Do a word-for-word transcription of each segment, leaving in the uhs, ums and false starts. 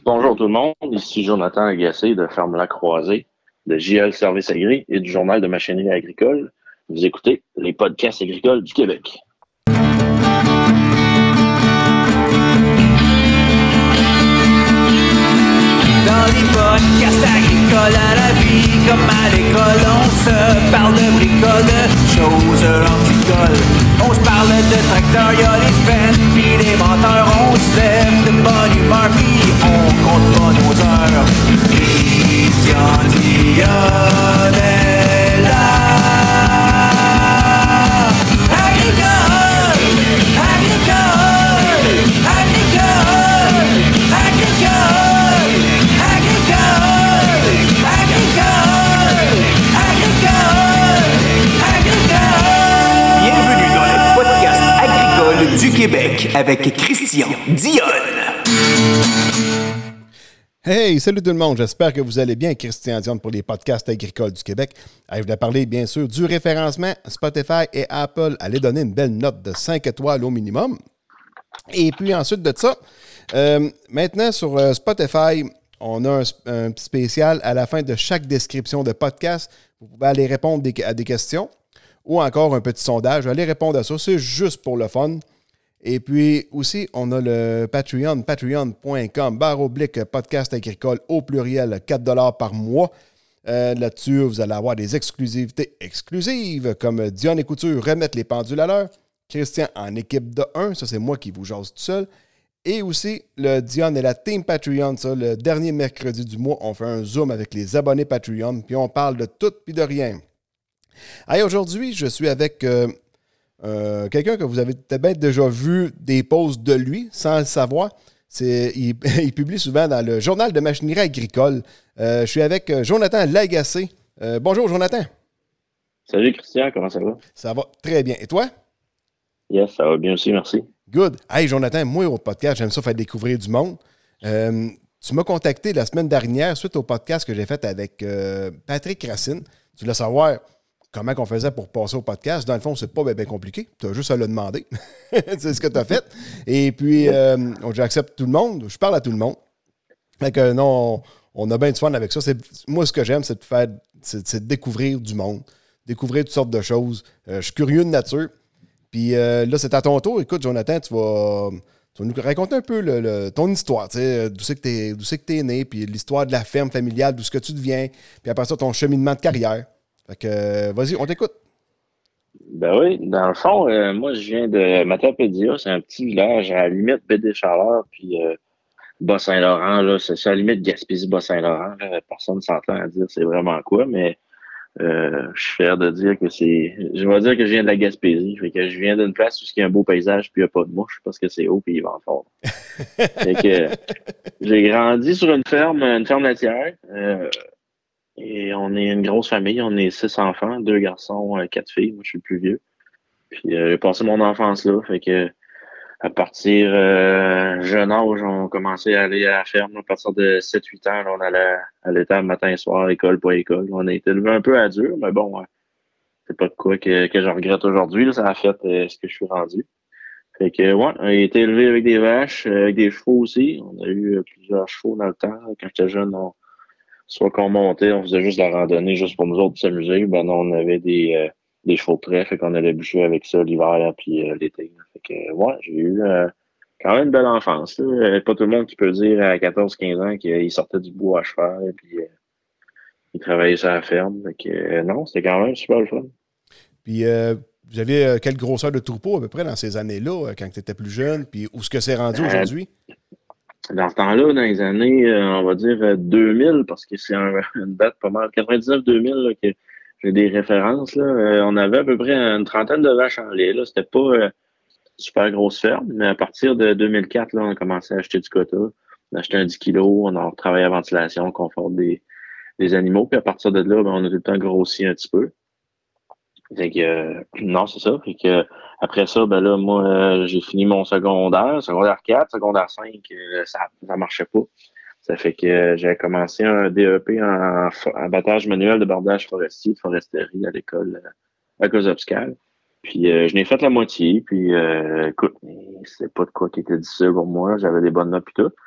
Bonjour tout le monde, ici Jonathan Agacé de Ferme La Croisée, de J L Service Agri et du Journal de machinerie agricole. Vous écoutez les podcasts agricoles du Québec. Dans les podcasts agricoles à la vie, comme à l'école, on se parle de bricoles, de choses anticoles. On se parle de tracteurs, y'a les fans, pis les menteurs, on se lève de bonne humeur, pis on compte pas nos heures. Christian Dionne est là. Agricole, agricole, agricole, agricole, agricole, agricole, agricole, agricole. Bienvenue dans le podcast agricole du Québec avec Christian Dionne. Hey, salut tout le monde, j'espère que vous allez bien. Christian Dionne pour les podcasts agricoles du Québec. Je voulais parler bien sûr du référencement. Spotify et Apple allaient donner une belle note de cinq étoiles au minimum. Et puis ensuite de ça, euh, maintenant sur euh, Spotify, on a un, un petit spécial à la fin de chaque description de podcast. Vous pouvez aller répondre des, à des questions ou encore un petit sondage. Allez répondre à ça, c'est juste pour le fun. Et puis aussi, on a le Patreon, patreon.com, barre oblique, podcast agricole au pluriel, quatre dollars par mois. Euh, là-dessus, vous allez avoir des exclusivités exclusives comme Dionne et Couture remettre les pendules à l'heure, Christian en équipe de un, ça c'est moi qui vous jase tout seul. Et aussi, le Dionne et la Team Patreon, ça, le dernier mercredi du mois, on fait un zoom avec les abonnés Patreon, puis on parle de tout puis de rien. Hey, aujourd'hui, je suis avec... Euh, Euh, quelqu'un que vous avez peut-être déjà vu des posts de lui, sans le savoir. C'est, il, il publie souvent dans le Journal de machinerie agricole. Euh, je suis avec Jonathan Lagacé. Euh, bonjour, Jonathan. Salut Christian, comment ça va? Ça va très bien. Et toi? Yes, ça va bien aussi, merci. Good. Hey, Jonathan, moi, au podcast, j'aime ça faire découvrir du monde. Euh, tu m'as contacté la semaine dernière suite au podcast que j'ai fait avec euh, Patrick Racine. Tu voulais savoir comment on faisait pour passer au podcast. Dans le fond, c'est pas bien, bien compliqué. Tu as juste à le demander. C'est ce que tu as fait. Et puis, euh, j'accepte tout le monde. Je parle à tout le monde. Fait que non, on, on a bien du fun avec ça. C'est, moi, ce que j'aime, c'est de faire, c'est, c'est de découvrir du monde, découvrir toutes sortes de choses. Euh, je suis curieux de nature. Puis euh, là, c'est à ton tour. Écoute, Jonathan, tu vas, tu vas nous raconter un peu le, le, ton histoire. Tu sais, d'où c'est que t'es, d'où c'est que t'es né, puis l'histoire de la ferme familiale, d'où ce que tu deviens, puis après ça, ton cheminement de carrière. Fait que, euh, vas-y, on t'écoute. Ben oui, dans le fond, euh, moi je viens de Matapédia, c'est un petit village à la limite Baie-des-Chaleurs, puis euh, Bas-Saint-Laurent, là, c'est ça, à la limite Gaspésie-Bas-Saint-Laurent. Là, personne ne s'entend à dire c'est vraiment quoi, mais euh, je suis fier de dire que c'est. Je vais dire que je viens de la Gaspésie, fait que je viens d'une place où il y a un beau paysage puis il n'y a pas de mouches parce que c'est haut puis il vent fort. Fait que j'ai grandi sur une ferme, une ferme laitière. Euh, Et on est une grosse famille, on est six enfants, deux garçons, euh, quatre filles. Moi, je suis le plus vieux. Puis euh, j'ai passé mon enfance là, fait que à partir euh, jeune âge, on commençait à aller à la ferme. À partir de sept huit ans, là, on allait à l'étable matin et soir, école, pas école. On a été élevé un peu à dur, mais bon, ouais, c'est pas de quoi que, que je regrette aujourd'hui. Là, ça a fait euh, ce que je suis rendu. Fait que ouais, on a été élevé avec des vaches, euh, avec des chevaux aussi. On a eu euh, plusieurs chevaux dans le temps. Quand j'étais jeune, on soit qu'on montait, on faisait juste de la randonnée juste pour nous autres s'amuser. Ben non, on avait des, euh, des chevaux de trait, fait qu'on allait bûcher avec ça l'hiver puis euh, l'été. Fait que euh, ouais, j'ai eu euh, quand même une belle enfance. Là. Euh, Pas tout le monde qui peut dire à quatorze quinze ans qu'il sortait du bois à cheval et puis euh, il travaillait sur la ferme. Fait que euh, non, c'était quand même super le fun. Puis, euh, vous aviez euh, quelle grosseur de troupeau à peu près dans ces années-là, euh, quand tu étais plus jeune, puis où est-ce que c'est rendu Euh, aujourd'hui? Dans ce temps-là, dans les années, euh, on va dire euh, deux mille, parce que c'est un- une date pas mal, quatre-vingt-dix-neuf deux mille, là, que j'ai des références. Là. Euh, on avait à peu près une trentaine de vaches en lait. Là. C'était pas euh, super grosse ferme, mais à partir de deux mille quatre, là, on a commencé à acheter du quota. On a acheté un dix kilos, on a travaillé à ventilation, confort des, des animaux. Puis à partir de là, ben, on a tout le temps grossi un petit peu. Fait que, euh, non, c'est ça. Fait que, après ça, ben là, moi, euh, j'ai fini mon secondaire, secondaire quatre, secondaire cinq, euh, ça, ça marchait pas. Ça fait que euh, j'ai commencé un D E P en, en abattage manuel de bardage forestier, de foresterie à l'école euh, à Cozopscal. Puis euh, je n'ai fait la moitié, puis euh, écoute, c'est pas de quoi qui était difficile pour moi, j'avais des bonnes notes et tout.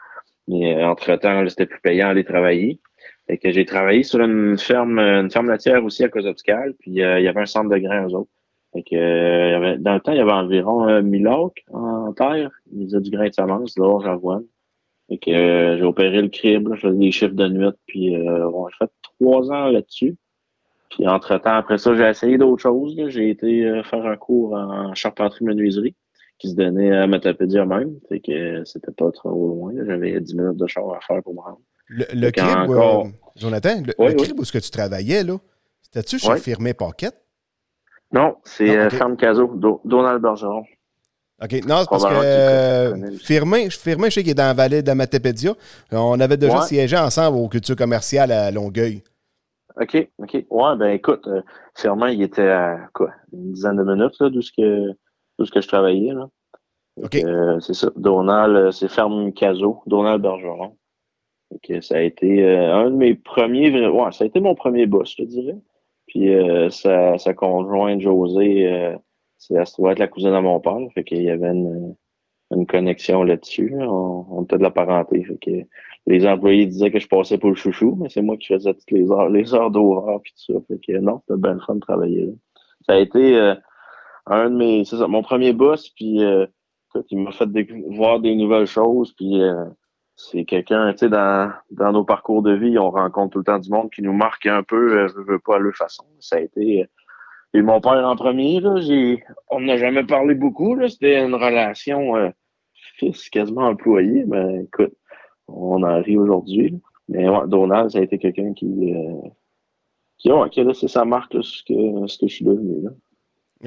Mais euh, entre-temps, là, c'était plus payant d'aller travailler. Fait que j'ai travaillé sur une ferme, une ferme laitière aussi à Cozopscal, puis euh, il y avait un centre de grains, eux autres. Fait que, euh, il y avait, dans le temps, il y avait environ euh, mille acres en terre. Ils faisaient du grain de semence, de l'orge, avoine. Fait que euh, j'ai opéré le crible, là, je faisais des chiffres de nuit, puis euh, bon, j'ai fait trois ans là-dessus. Puis entre-temps, après ça, j'ai essayé d'autres choses. Là. J'ai été euh, faire un cours en charpenterie-menuiserie qui se donnait à Matapédia même. Fait que euh, c'était pas trop loin. Là. J'avais dix minutes de char à faire pour me rendre. Le, le Fait crib, euh, qu'encore... Jonathan, le, Oui, le oui. crib où est-ce que tu travaillais, là, c'était-tu chez Oui. Firmé Paquette? Non, c'est Non, euh, OK. Ferme Caso, Do- Donald Bergeron. OK. Non, c'est parce que Probablement que tu le co- euh, connais aussi. Firmin, Firmin, je sais qu'il est dans la vallée d'Amatépédia. On avait déjà Ouais. siégé ensemble aux cultures commerciales à Longueuil. OK, OK. Ouais, ben écoute, euh, Firmin, il était à quoi? Une dizaine de minutes là, d'où ce que d'où ce que je travaillais, là. Fait que, OK. euh, c'est ça. Donald, euh, c'est Ferme Caso, Donald Bergeron. Fait que ça a été euh, un de mes premiers vrais. Ouais, ça a été mon premier boss, je te dirais. Puis euh, sa, sa conjointe Josée, euh, c'est, elle se trouvait être la cousine à mon père. Fait qu'il y avait une, une connexion là-dessus. Là. On, on était de la parenté. Fait que les employés disaient que je passais pour le chouchou, mais c'est moi qui faisais toutes les heures, les heures d'horreur puis tout ça. Fait que non, c'était bien le fun de travailler là. Ça a été euh, un de mes. C'est ça, mon premier boss, puis euh, écoute, il m'a fait décou- voir des nouvelles choses, puis euh, c'est quelqu'un, tu sais, dans, dans nos parcours de vie, on rencontre tout le temps du monde qui nous marque un peu, euh, je veux pas à leur façon. Ça a été. euh, Et mon père en premier, là, j'ai. On n'a jamais parlé beaucoup, là. C'était une relation euh, fils quasiment employé, mais écoute, on en rit aujourd'hui. Là. Mais ouais, Donald, ça a été quelqu'un qui, euh, qui, ouais, qui a laissé sa marque là, sur ce que, ce que je suis devenu. Là. OK.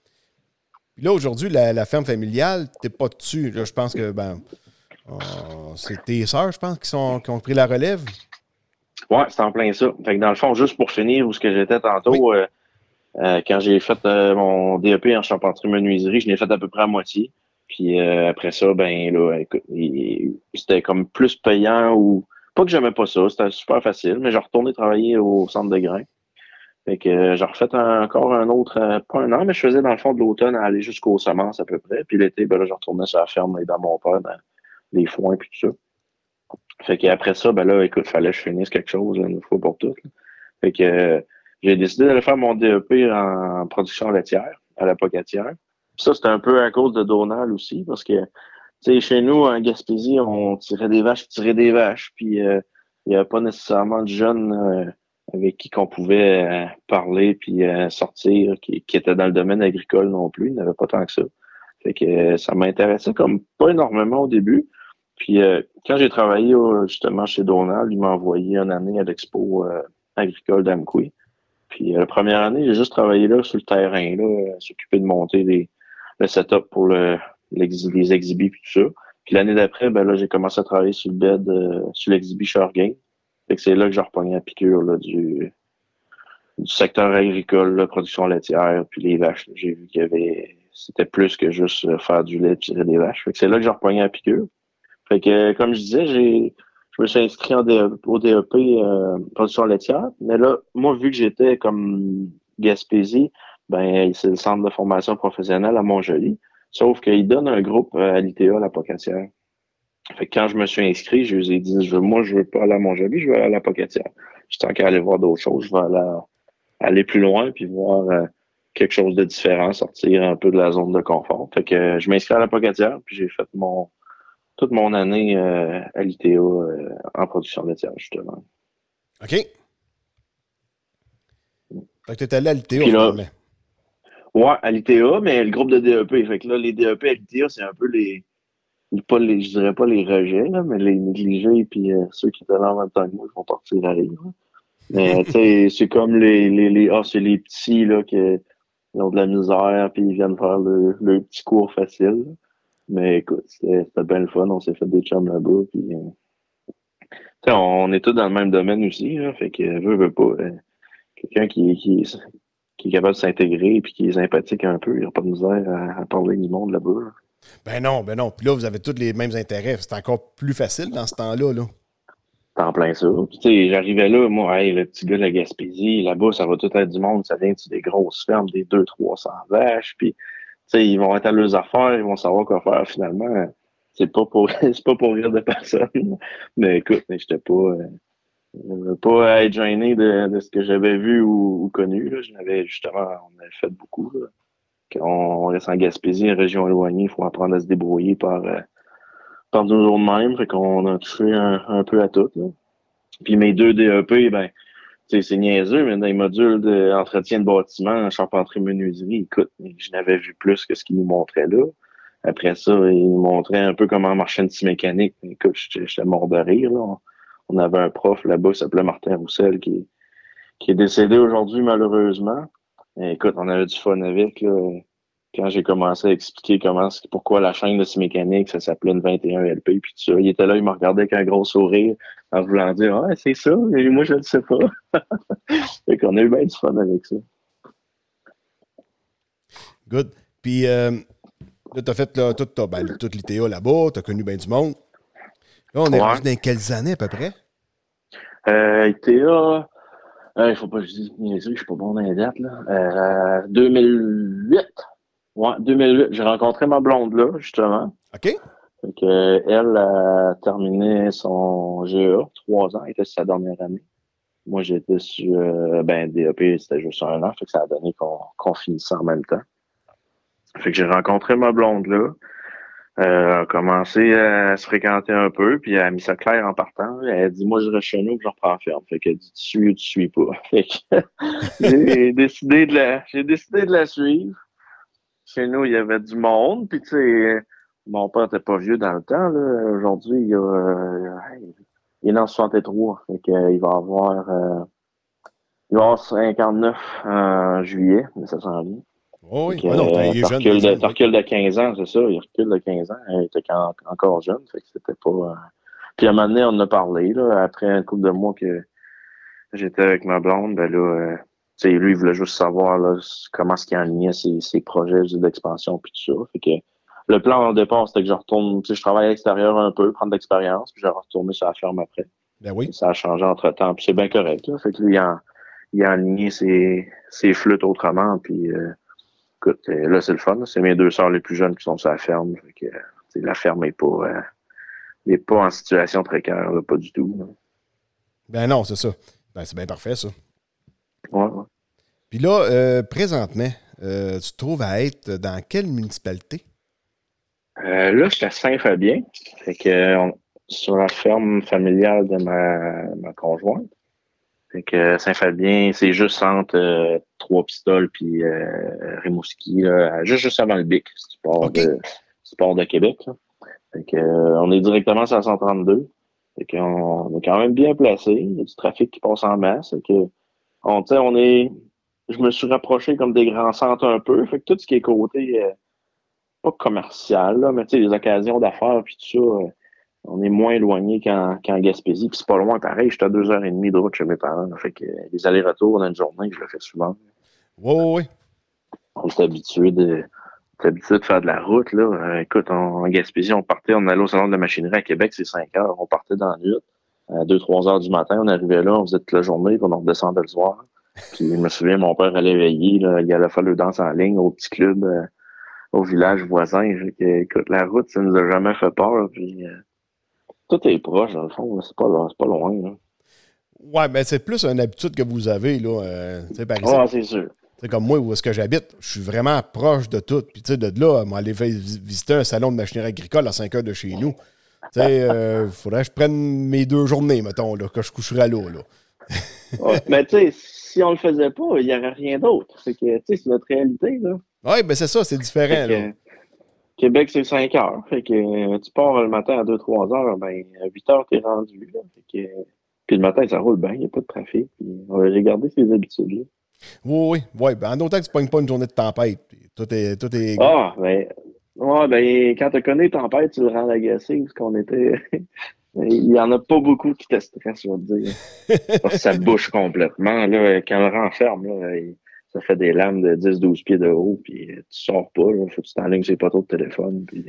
Puis là, aujourd'hui, la, la ferme familiale, t'es pas dessus. Là, je pense que ben, euh, c'est tes sœurs, je pense, qui, sont, qui ont pris la relève. Ouais, c'est en plein ça. Fait que dans le fond, juste pour finir où ce que j'étais Oui. tantôt, euh, euh, quand j'ai fait euh, mon D E P en charpenterie-menuiserie, je l'ai fait à peu près à moitié. Puis euh, après ça, ben là, écoute, il- c'était comme plus payant ou pas que j'aimais pas ça, c'était super facile, mais j'ai retourné travailler au centre de grains. Fait que euh, j'ai refait un- encore un autre, euh, pas un an, mais je faisais dans le fond de l'automne à aller jusqu'aux semences à peu près. Puis l'été, ben là, je retournais sur la ferme et dans mon père, dans les foins puis tout ça. Fait qu'après ça, ben là, écoute, fallait que je finisse quelque chose là, une fois pour toutes. Là. Fait que euh, j'ai décidé d'aller faire mon D E P en production laitière à la Pocatière. Puis ça, c'était un peu à cause de Donald aussi, parce que, tu sais, chez nous, en Gaspésie, on tirait des vaches, tirait des vaches, puis euh, il n'y avait pas nécessairement de jeunes euh, avec qui qu'on pouvait euh, parler puis euh, sortir, qui, qui étaient dans le domaine agricole non plus. Il n'y en avait pas tant que ça. Fait que euh, ça m'intéressait comme pas énormément au début. Puis euh, quand j'ai travaillé euh, justement chez Donald, il m'a envoyé une année à l'expo euh, agricole d'Amqui. Puis euh, la première année, j'ai juste travaillé là sur le terrain, là, euh, s'occuper de monter les, le setup pour le, l'ex- les exhibits puis tout ça. Puis l'année d'après, ben là, j'ai commencé à travailler sur le bed, euh, sur l'exhibit Shurgame. Fait que c'est là que j'ai repogné la piqûre là, du, du secteur agricole, la production laitière, puis les vaches. Là. J'ai vu qu'il y avait. C'était plus que juste euh, faire du lait et tirer des vaches. Fait que c'est là que j'ai repogné la piqûre. Fait que, euh, comme je disais, j'ai, je me suis inscrit en D E P, au D E P euh, production laitière. Mais là, moi, vu que j'étais comme Gaspésie, ben, c'est le centre de formation professionnelle à Montjoly. Sauf qu'il donne un groupe euh, à l'I T A, la Pocatière. Fait que quand je me suis inscrit, je lui ai dit, je, moi, je veux pas aller à Montjoly, je veux aller à la Pocatière. J'étais encore aller voir d'autres choses. Je vais aller, aller plus loin puis voir euh, quelque chose de différent, sortir un peu de la zone de confort. Fait que euh, je m'inscris à la Pocatière, puis j'ai fait mon toute mon année euh, à l'I T A euh, en production laitière, justement. OK. Fait que tu étais allé à l'I T A Puis là, finalement. ouais, à l'I T A, mais le groupe de D E P. Fait que là, les D E P à l'I T A, c'est un peu les, pas les, je dirais pas les rejets, là, mais les négligés, puis euh, ceux qui étaient là en même temps que moi, ils vont partir à rire. Là. Mais tu sais, c'est comme les, les, les, ah, c'est les petits, là, qui ont de la misère, puis ils viennent faire le, le petit cours facile. Là. Mais écoute, c'était, c'était bien le fun, on s'est fait des chums là-bas, puis... Euh, T'sais, on est tous dans le même domaine aussi, là, fait que veut, veut pas. Euh, quelqu'un qui, qui, qui est capable de s'intégrer et qui est sympathique un peu, il n'y a pas de misère à, à parler du monde là-bas. Là. Ben non, ben non. Puis là, vous avez tous les mêmes intérêts. C'est encore plus facile dans ce temps-là. Là. T'es en plein ça. Puis tu sais, j'arrivais là, moi, hey, le petit gars de la Gaspésie, là-bas, ça va tout être du monde, ça vient de des grosses fermes, des deux trois cents vaches, puis tu sais, ils vont être à leurs affaires, ils vont savoir quoi faire finalement. c'est pas pour c'est pas pour rire de personne. Mais écoute, j'étais pas euh, je veux pas être gêné de, de ce que j'avais vu ou, ou connu. Là. Je n'avais justement, on avait fait beaucoup. Là. Quand on reste en Gaspésie, une région éloignée, il faut apprendre à se débrouiller par, euh, par deux jours de même. Fait qu'on a touché un, un peu à tout. Là. Puis mes deux D E P, ben, c'est, c'est niaiseux, mais dans les modules d'entretien de bâtiment, charpenterie, menuiserie, écoute, je n'avais vu plus que ce qu'ils nous montraient là. Après ça, ils nous montraient un peu comment marchait une scie mécanique. Écoute, j'étais, j'étais mort de rire. Là. On avait un prof là-bas qui s'appelait Martin Roussel qui, qui est décédé aujourd'hui malheureusement. Et écoute, on avait du fun avec. Là. Quand j'ai commencé à expliquer comment, pourquoi la chaîne de scie mécanique, ça s'appelait une vingt et un L P, puis tout ça. Il était là, il me regardait avec un gros sourire en voulant dire « Ah, c'est ça, mais moi je ne le sais pas. » Fait qu'on a eu bien du fun avec ça. Good. Puis euh, là, t'as fait là, toute, ben, toute l'I T A là-bas, t'as connu bien du monde. Là, on est ouais. rendu dans quelles années à peu près? Euh, I T A, il euh, faut pas que je dise niaiserie, je suis pas bon dans les dates, là. Euh, deux mille huit. Ouais, deux mille huit. J'ai rencontré ma blonde là, justement. OK. Fait que, elle a terminé son G E A, trois ans, était sa dernière année. Moi, j'étais sur, euh, ben, D E P, c'était juste un an, fait que ça a donné qu'on, qu'on finissait en même temps. Fait que j'ai rencontré ma blonde là. Euh, a commencé à se fréquenter un peu, puis elle a mis ça clair en partant. Elle a dit, moi, je reste chez nous, puis je reprends ferme. Fait qu'elle dit, tu suis ou tu suis pas. Fait que j'ai décidé de la, j'ai décidé de la suivre. Chez nous, il y avait du monde, puis tu sais, mon père était pas vieux dans le temps, là. Aujourd'hui, il, a, euh, il est dans soixante-trois. Fait qu'il va avoir, euh, il va avoir cinquante-neuf en juillet, mais ça s'en vient. Oh oui, que, ah non, il est euh, jeune. recule, jeune, de, recule de quinze ans, c'est ça. Il recule de quinze ans. Il était quand, encore jeune. Fait que c'était pas. Euh... Puis à un moment donné, on en a parlé, là, après un couple de mois que j'étais avec ma blonde, ben là, euh, tu sais, lui, il voulait juste savoir là, comment est-ce qu'il alignait ses, ses projets d'expansion puis tout ça. Fait que le plan au départ, c'était que je retourne, tu sais, je travaille à l'extérieur un peu, prendre de l'expérience, puis je vais retourner sur la ferme après. Ben oui. Et ça a changé entre temps, puis c'est bien correct, là. Fait que lui, il a, il a aligné ses, ses flûtes autrement, puis euh, écoute, là, c'est le fun. Là. C'est mes deux sœurs les plus jeunes qui sont sur la ferme. Fait que, la ferme n'est pas, euh, est pas en situation précaire, là, pas du tout. Là. Ben non, c'est ça. Ben, c'est bien parfait, ça. Ouais, ouais. Puis là, euh, présentement, euh, tu te trouves à être dans quelle municipalité? Euh, là, je suis à Saint-Fabien. Fait que, on, sur la ferme familiale de ma, ma conjointe. Fait que Saint-Fabien, c'est juste entre euh, Trois-Pistoles puis euh, Rimouski, là, juste, juste avant le Bic, si tu pars, okay. de, si tu pars de Québec. Là. Fait que, euh, on est directement sur la cent trente-deux. Fait qu'on on est quand même bien placé. Il y a du trafic qui passe en masse. Fait que, on, on est, je me suis rapproché comme des grands centres un peu. Fait que tout ce qui est côté, euh, pas commercial, là, mais tu sais, les occasions d'affaires puis tout ça, euh, on est moins éloigné qu'en, qu'en Gaspésie. Puis c'est pas loin, pareil. J'étais à deux heures et demie de route chez mes parents. Là, fait que euh, les allers-retours dans une journée, je le fais souvent. Oui, oui, oui. On est habitué de, on est habitué de faire de la route, là. Euh, écoute, on, en Gaspésie, on partait, on allait au salon de la machinerie à Québec, c'est cinq heures. On partait dans la nuit. À deux, trois heures du matin, on arrivait là, on faisait toute la journée, puis on redescendait le soir. Puis je me souviens, mon père allait veiller, là, il allait faire le danse en ligne au petit club, euh, au village voisin. Que, écoute, la route, ça nous a jamais fait peur. Puis euh, tout est proche, dans le fond. Là. C'est pas loin, c'est pas loin. Là. Ouais, ben c'est plus une habitude que vous avez, là. Euh, par exemple. Ouais, c'est sûr. C'est comme moi, où est-ce que j'habite, je suis vraiment proche de tout. Puis, tu sais, de là, m'aller visiter un salon de machinerie agricole à cinq heures de chez nous. Tu sais, il euh, faudrait que je prenne mes deux journées, mettons, là, que je coucherais là. là. Ouais, mais tu sais, si on le faisait pas, il n'y aurait rien d'autre. C'est que, tu sais, c'est notre réalité, là. Oui, ben c'est ça, c'est différent, que, là. Québec, c'est cinq heures. Fait que tu pars le matin à deux trois heures, ben, à huit heures, t'es rendu, là. Fait que, puis le matin, ça roule bien, il n'y a pas de trafic. Puis on va regarder ces habitudes-là. Oui, oui, oui. Ben, en autant que tu ne pognes pas une journée de tempête. Tout est. Tout est... Ah, ben. Ouais, ben, quand tu connais tempête, tu le rends agacé, parce qu'on était. Il n'y en a pas beaucoup qui te stressent, je vais te dire. Parce que ça bouche complètement. Là, quand le renferme, là, ça fait des lames de dix douze pieds de haut, puis tu sors pas. Il faut que tu t'enlignes sur les poteaux de téléphone. Puis...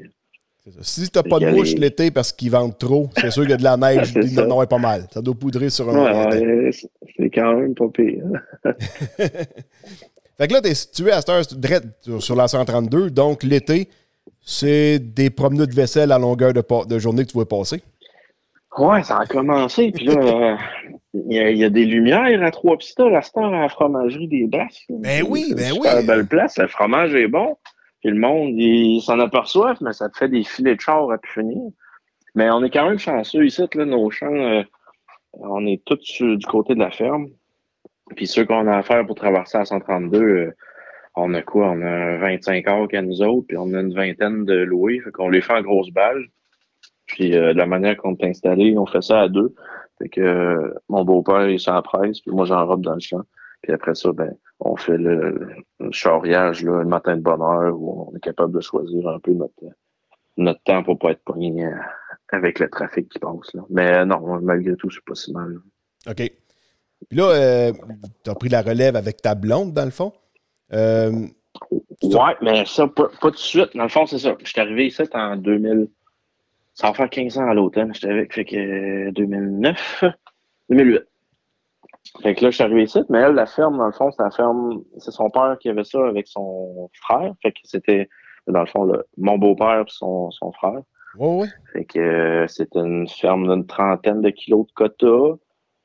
Si tu n'as pas de mouche l'été parce qu'il vente trop, c'est sûr qu'il y a de la neige, il en aurait pas mal. Ça doit poudrer sur un ouais, ouais, c'est quand même pas pire. Fait que là, tu es situé à cette heure sur la cent trente-deux, donc l'été, C'est des promenades de vaisselle à longueur de, pa- de journée que tu vas passer. Ouais, ça a commencé. Puis là, euh, il y, a, il y a des lumières à Trois-Pistoles, à cette heure, à la fromagerie des Basques. Ben oui, C'est ben une oui. super belle place. Le fromage est bon. Puis le monde, il, s'en aperçoivent, mais ça te fait des filets de char à plus finir. Mais on est quand même chanceux ici, là, nos champs, euh, on est tous sur- du côté de la ferme. Puis ceux qu'on a à faire pour traverser à cent trente-deux, euh, on a quoi? On a vingt-cinq arcs à nous autres, puis on a une vingtaine de loués. Fait qu'on les fait en grosse balle. Puis euh, de la manière qu'on est installé, on fait ça à deux. Fait que euh, mon beau-père, il s'en presse, puis moi, j'enrobe dans le champ. Puis après ça, ben, on fait le, le charriage, là, le matin de bonne heure, où on est capable de choisir un peu notre, notre temps pour pas être pogné euh, avec le trafic qui passe. Là. Mais euh, non, malgré tout, c'est pas si mal. Là. OK. Puis là, euh, tu as pris la relève avec ta blonde, dans le fond. Euh, ouais, mais ça, pas, pas tout de suite. Dans le fond, c'est ça. Je suis arrivé ici en deux mille. Ça va faire quinze ans à l'automne. J'étais avec, fait que euh, deux mille neuf, deux mille huit. Fait que là, je suis arrivé ici, mais elle, la ferme, dans le fond, c'est la ferme, c'est son père qui avait ça avec son frère. Fait que c'était, dans le fond, le, mon beau-père et son, son frère. Oui, oui. Fait que euh, c'était une ferme d'une trentaine de kilos de quota.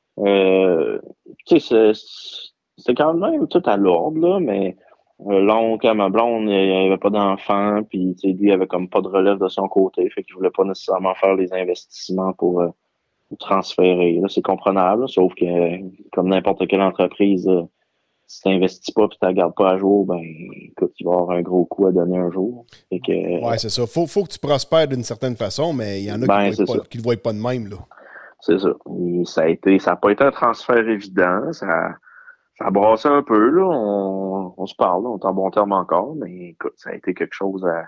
Euh, tu sais, c'est, c'est quand même tout à l'ordre, là, mais euh, l'oncle à ma blonde, il n'y avait pas d'enfant, puis tu sais, lui, il avait comme pas de relève de son côté, fait qu'il voulait pas nécessairement faire les investissements pour, euh, pour transférer. Là, c'est comprenable, là, sauf que comme n'importe quelle entreprise, euh, si tu n'investis pas et tu ne la gardes pas à jour, ben écoute, il va y avoir un gros coup à donner un jour. Fait que, ouais, c'est ça. Faut, faut que tu prospères d'une certaine façon, mais il y en a ben, qui ne le voient pas de même, là. C'est ça. Et ça a été, ça n'a pas été un transfert évident. Ça, ça a brassé un peu, là. On, on se parle, là, on est en bon terme encore, mais écoute, ça a été quelque chose à,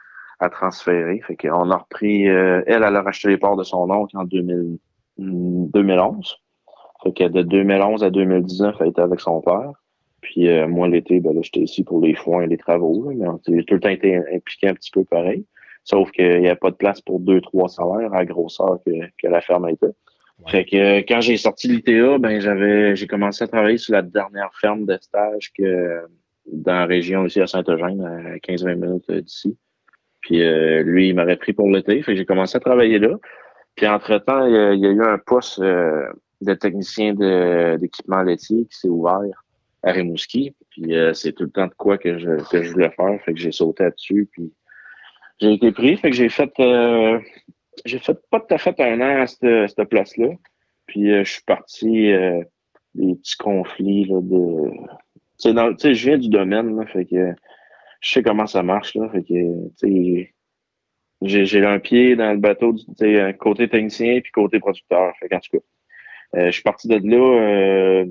à transférer. Fait qu'on a repris, euh, elle, elle a racheté les parts de son oncle en deux mille, deux mille onze. Fait que de deux mille onze à deux mille dix-neuf, elle était avec son père. Puis euh, moi, l'été, ben là, j'étais ici pour les foins et les travaux, là, mais j'ai tout le temps été impliqué un petit peu pareil. Sauf qu'il n'y a pas de place pour deux, trois salaires à la grosseur que, que la ferme était. Ouais. Fait que euh, quand j'ai sorti l'I T A, ben j'avais j'ai commencé à travailler sur la dernière ferme de stage que dans la région ici à Saint-Eugène, à quinze à vingt minutes d'ici. Puis euh, lui, il m'aurait pris pour l'été. Fait que j'ai commencé à travailler là. Puis entre-temps, il y a, il y a eu un poste euh, de technicien de, d'équipement laitier qui s'est ouvert à Rimouski. Puis euh, c'est tout le temps de quoi que je que je voulais faire. Fait que j'ai sauté là-dessus. Puis j'ai été pris. Fait que j'ai fait euh, j'ai fait pas tout à fait un an à cette, à cette place-là. Puis euh, je suis parti euh, des petits conflits là, de. Tu sais, je viens du domaine, là, fait que je sais comment ça marche. Là, fait que tu sais. J'ai, j'ai un pied dans le bateau du côté technicien puis côté producteur. Fait qu'en tout cas, euh, je suis parti de là euh,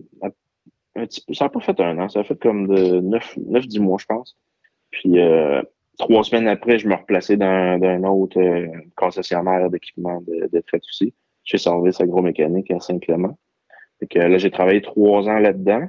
un petit peu. Ça n'a pas fait un an, ça a fait comme de neuf dix mois, je pense. Puis euh, trois semaines après, je me replaçais dans, dans un autre euh, concessionnaire d'équipement de, de traite aussi, chez Service Agromécanique à Saint-Clément. Fait que là, j'ai travaillé trois ans là-dedans.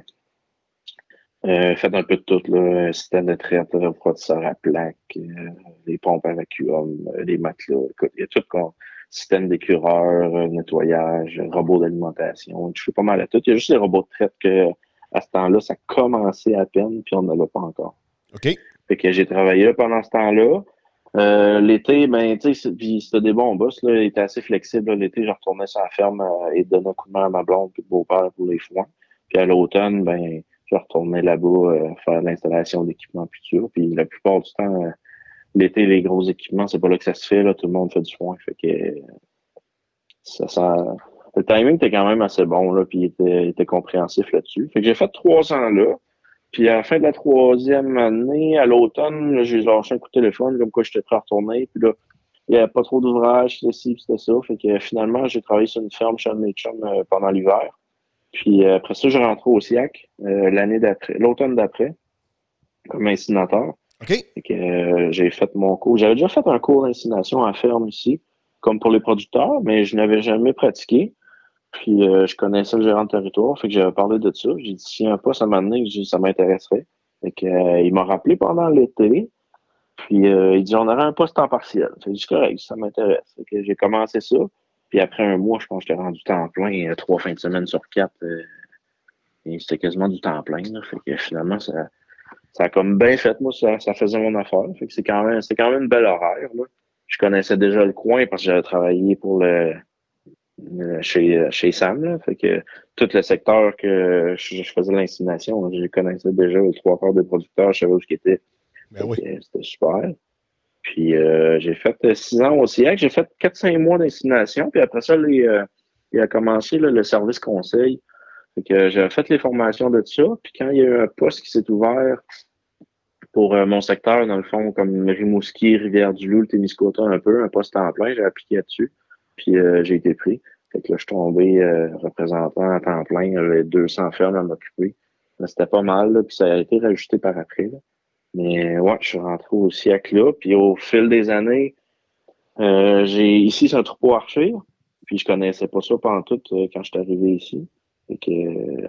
Euh, fait un peu de tout, là, système de traite, refroidisseur à plaque, euh, les pompes à vacuum, euh, les matelas, écoute, il y a tout comme système d'écureur, euh, nettoyage, robot d'alimentation, je fais pas mal à tout. Il y a juste les robots de traite que à ce temps-là, ça commençait à peine, puis on n'en a pas encore. OK. Fait que j'ai travaillé là pendant ce temps-là. Euh, l'été, ben, tu sais, puis c'était des bons boss, là, il était assez flexible. Là. L'été, je retournais sur la ferme euh, et donnais un coup de main à ma blonde puis le beau-père pour les foins. Puis à l'automne, ben, je retournais là-bas euh, faire l'installation d'équipements futur. Puis la plupart du temps, euh, l'été, les gros équipements, c'est pas là que ça se fait. Là, tout le monde fait du foin. Fait que euh, ça, ça, le timing était quand même assez bon, là, puis il était, il était compréhensif là-dessus. Fait que j'ai fait trois ans là. Puis à la fin de la troisième année, à l'automne, là, j'ai lâché un coup de téléphone, comme quoi j'étais prêt à retourner. Puis là, il n'y avait pas trop d'ouvrages, c'était ci, puis c'était ça. Fait que finalement, j'ai travaillé sur une ferme chez un de mes chums euh, pendant l'hiver. Puis euh, après ça, j'ai rentré au SIAC euh, l'année d'après, l'automne d'après, comme incinerateur. OK. Fait que euh, j'ai fait mon cours. J'avais déjà fait un cours d'incinération à ferme ici, comme pour les producteurs, mais je n'avais jamais pratiqué. Puis euh, je connaissais le gérant de territoire, fait que j'avais parlé de ça. J'ai dit si y a un poste à m'amener, ça m'intéresserait. Fait que euh, il m'a rappelé pendant l'été. Puis euh, il dit on aurait un poste en partiel. J'ai dit correct, ça m'intéresse. Fait que j'ai commencé ça. Puis après un mois, je pense que j'étais rendu temps plein, euh, trois fins de semaine sur quatre. Euh, et c'était quasiment du temps plein. Là. Fait que finalement, ça, ça a comme bien fait, moi, ça, ça faisait mon affaire. Fait que c'est quand même, c'est quand même une belle horaire, là. Je connaissais déjà le coin parce que j'avais travaillé pour le, le- chez, chez Sam, là. Fait que tout le secteur que je, je faisais l'insémination, je connaissais déjà les trois quarts des producteurs, je savais où ils étaient. Ben Fait oui. que c'était super. Puis euh, j'ai fait euh, six ans au C I A C, j'ai fait quatre cinq mois d'insémination, puis après ça, les, euh, il a commencé là, le service conseil. Fait que j'avais fait les formations de ça, puis quand il y a eu un poste qui s'est ouvert pour euh, mon secteur, dans le fond, comme Rimouski, Rivière-du-Loup, le Témiscouata un peu, un poste en plein, j'ai appliqué là-dessus, puis euh, j'ai été pris. Fait que là, je suis tombé euh, représentant à temps plein, j'avais deux cents fermes à m'occuper. Mais c'était pas mal, là, puis ça a été rajouté par après, là. Mais ouais, je suis rentré au S I A C là, puis au fil des années, euh, j'ai ici c'est un troupeau archer, puis je connaissais pas ça pantoute euh, quand je suis arrivé ici. Fait que euh,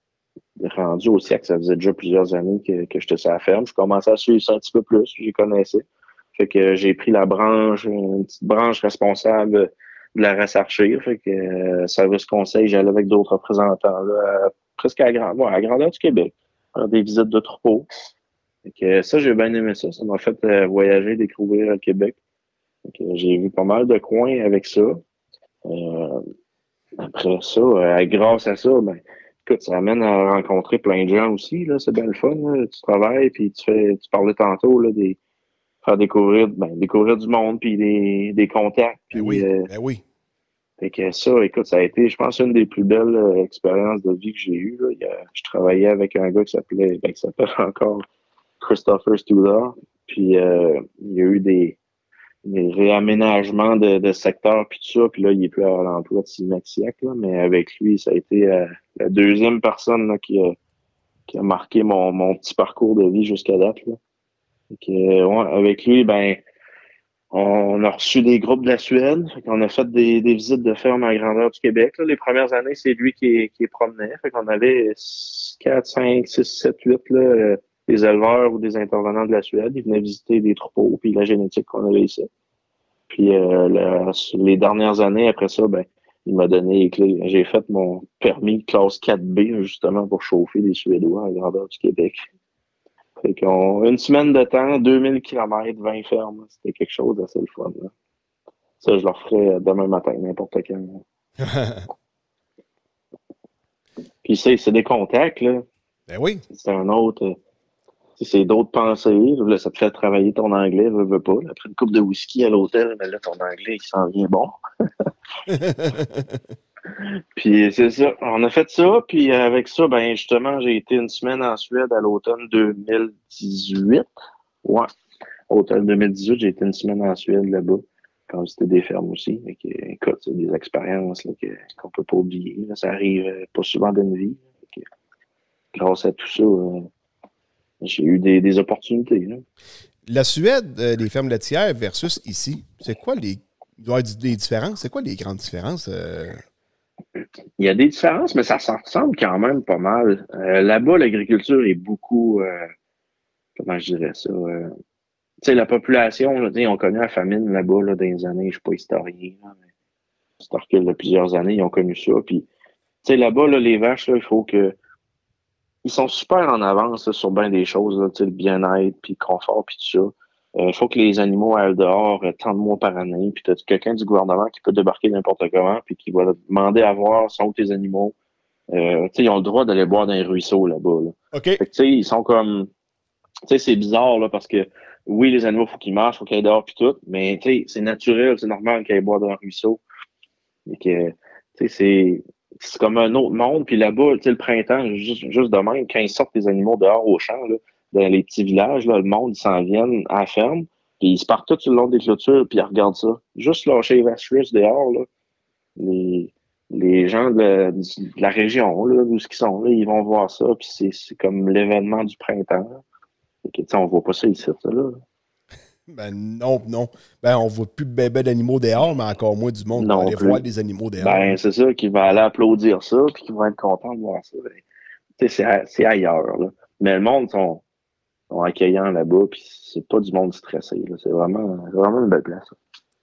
rendu au S I A C, ça faisait déjà plusieurs années que, que j'étais sur la ferme. Je commençais à suivre ça un petit peu plus, j'y connaissais. Fait que j'ai pris la branche, une petite branche responsable de la race archer. Fait que euh, service conseil, j'allais avec d'autres représentants là, à- presque à la, grand, ouais, à la grandeur du Québec, faire des visites de troupeau. Fait que ça, j'ai bien aimé ça. Ça m'a fait euh, voyager, découvrir le Québec. Fait que j'ai vu pas mal de coins avec ça. Euh, après ça, euh, grâce à ça, ben, écoute, ça amène à rencontrer plein de gens aussi. Là, c'est bien le fun. Là. Tu travailles, puis tu fais, tu parlais tantôt là, des faire découvrir, ben, découvrir du monde, puis des, des contacts. Ben Puis, oui, euh, ben oui. fait que ça, écoute, ça a été, je pense, une des plus belles euh, expériences de vie que j'ai eues. Là. Il y a, je travaillais avec un gars qui s'appelait, ben, qui s'appelle encore Christopher Studor. Puis euh, il y a eu des, des réaménagements de, de secteur puis tout ça. Puis là, il est plus à l'emploi de Simaxiac, là, mais avec lui, ça a été euh, la deuxième personne là, qui, a, qui a marqué mon, mon petit parcours de vie jusqu'à date. Là. Fait que, euh, ouais, avec lui, ben, on a reçu des groupes de la Suède. Fait qu'on a fait des, des visites de ferme à la grandeur du Québec. Là. Les premières années, c'est lui qui, qui promenait. Fait qu'on avait quatre, cinq, six, sept, huit là, euh, des éleveurs ou des intervenants de la Suède. Ils venaient visiter des troupeaux puis la génétique qu'on avait ici. Puis euh, la- les dernières années, après ça, ben, il m'a donné les clés. J'ai fait mon permis classe quatre B justement pour chauffer des Suédois à la grandeur du Québec. Fait qu'on, une semaine de temps, deux mille kilomètres, vingt fermes. C'était quelque chose d'assez le fun. Là. Ça, je le referais demain matin, n'importe quand. Puis c'est, c'est des contacts, là. Ben oui. C'est un autre. euh, C'est d'autres pensées. Là, ça te fait travailler ton anglais, veux, veux pas. Là. Après une coupe de whisky à l'hôtel, mais là, ton anglais, il s'en vient bon. Puis c'est ça. On a fait ça, puis avec ça, ben justement, j'ai été une semaine en Suède à l'automne deux mille dix-huit. Ouais. Automne deux mille dix-huit, j'ai été une semaine en Suède là-bas. Quand c'était des fermes aussi. Fait que, écoute, c'est des expériences là, que, qu'on peut pas oublier. Là. Ça arrive euh, pas souvent dans une vie. Fait que, grâce à tout ça, euh, j'ai eu des, des opportunités. Là. La Suède, euh, les fermes laitières versus ici, c'est quoi les. Il doit y avoir des différences. C'est quoi les grandes différences? euh? Il y a des différences, mais ça s'en ressemble quand même pas mal. Euh, là-bas, l'agriculture est beaucoup, euh, comment je dirais ça, euh, tu sais, la population, là, ils ont connu la famine là-bas là, dans les années, je suis pas historien, là, mais c'est recul de plusieurs années, ils ont connu ça. Puis, tu sais, là-bas, là, les vaches, là, il faut que ils sont super en avance là, sur bien des choses, là, tu sais, le bien-être, puis le confort, puis tout ça. Il faut que les animaux aillent dehors euh, tant de mois par année, puis tu as quelqu'un du gouvernement qui peut débarquer n'importe comment, puis qui va demander à voir sont où tes animaux. Euh, tu sais, ils ont le droit d'aller boire dans les ruisseaux là-bas. Là. OK. Fait que, tu sais, ils sont comme... Tu sais, c'est bizarre, là, parce que, oui, les animaux, faut qu'ils marchent, faut qu'ils aillent dehors, puis tout, mais, tu sais, c'est naturel, c'est normal qu'ils aillent boire dans le ruisseau. Et que, tu sais, c'est... C'est comme un autre monde. Puis là-bas, tu sais, le printemps, juste, juste de même, quand ils sortent les animaux dehors au champ, là, dans les petits villages, là, le monde, ils s'en viennent à la ferme, puis ils se partent tous sur le long des clôtures, puis ils regardent ça. Juste lâcher les vaches russes dehors, là, les, les gens de la, de la région, là, d'où ils sont, là, ils vont voir ça, puis c'est, c'est comme l'événement du printemps. Là. Et que, tu sais, on voit pas ça ici, ça, là. Ben non, non. Ben on voit plus bébé d'animaux dehors, mais encore moins du monde qui va Non aller plus. voir des animaux dehors. Ben, c'est ça, qui va aller applaudir ça, puis qui vont être contents de voir ça. Ben, tu sais, c'est, a- c'est ailleurs, là. Mais le monde sont, sont accueillants là-bas, puis c'est pas du monde stressé, là. C'est vraiment, c'est vraiment une belle place.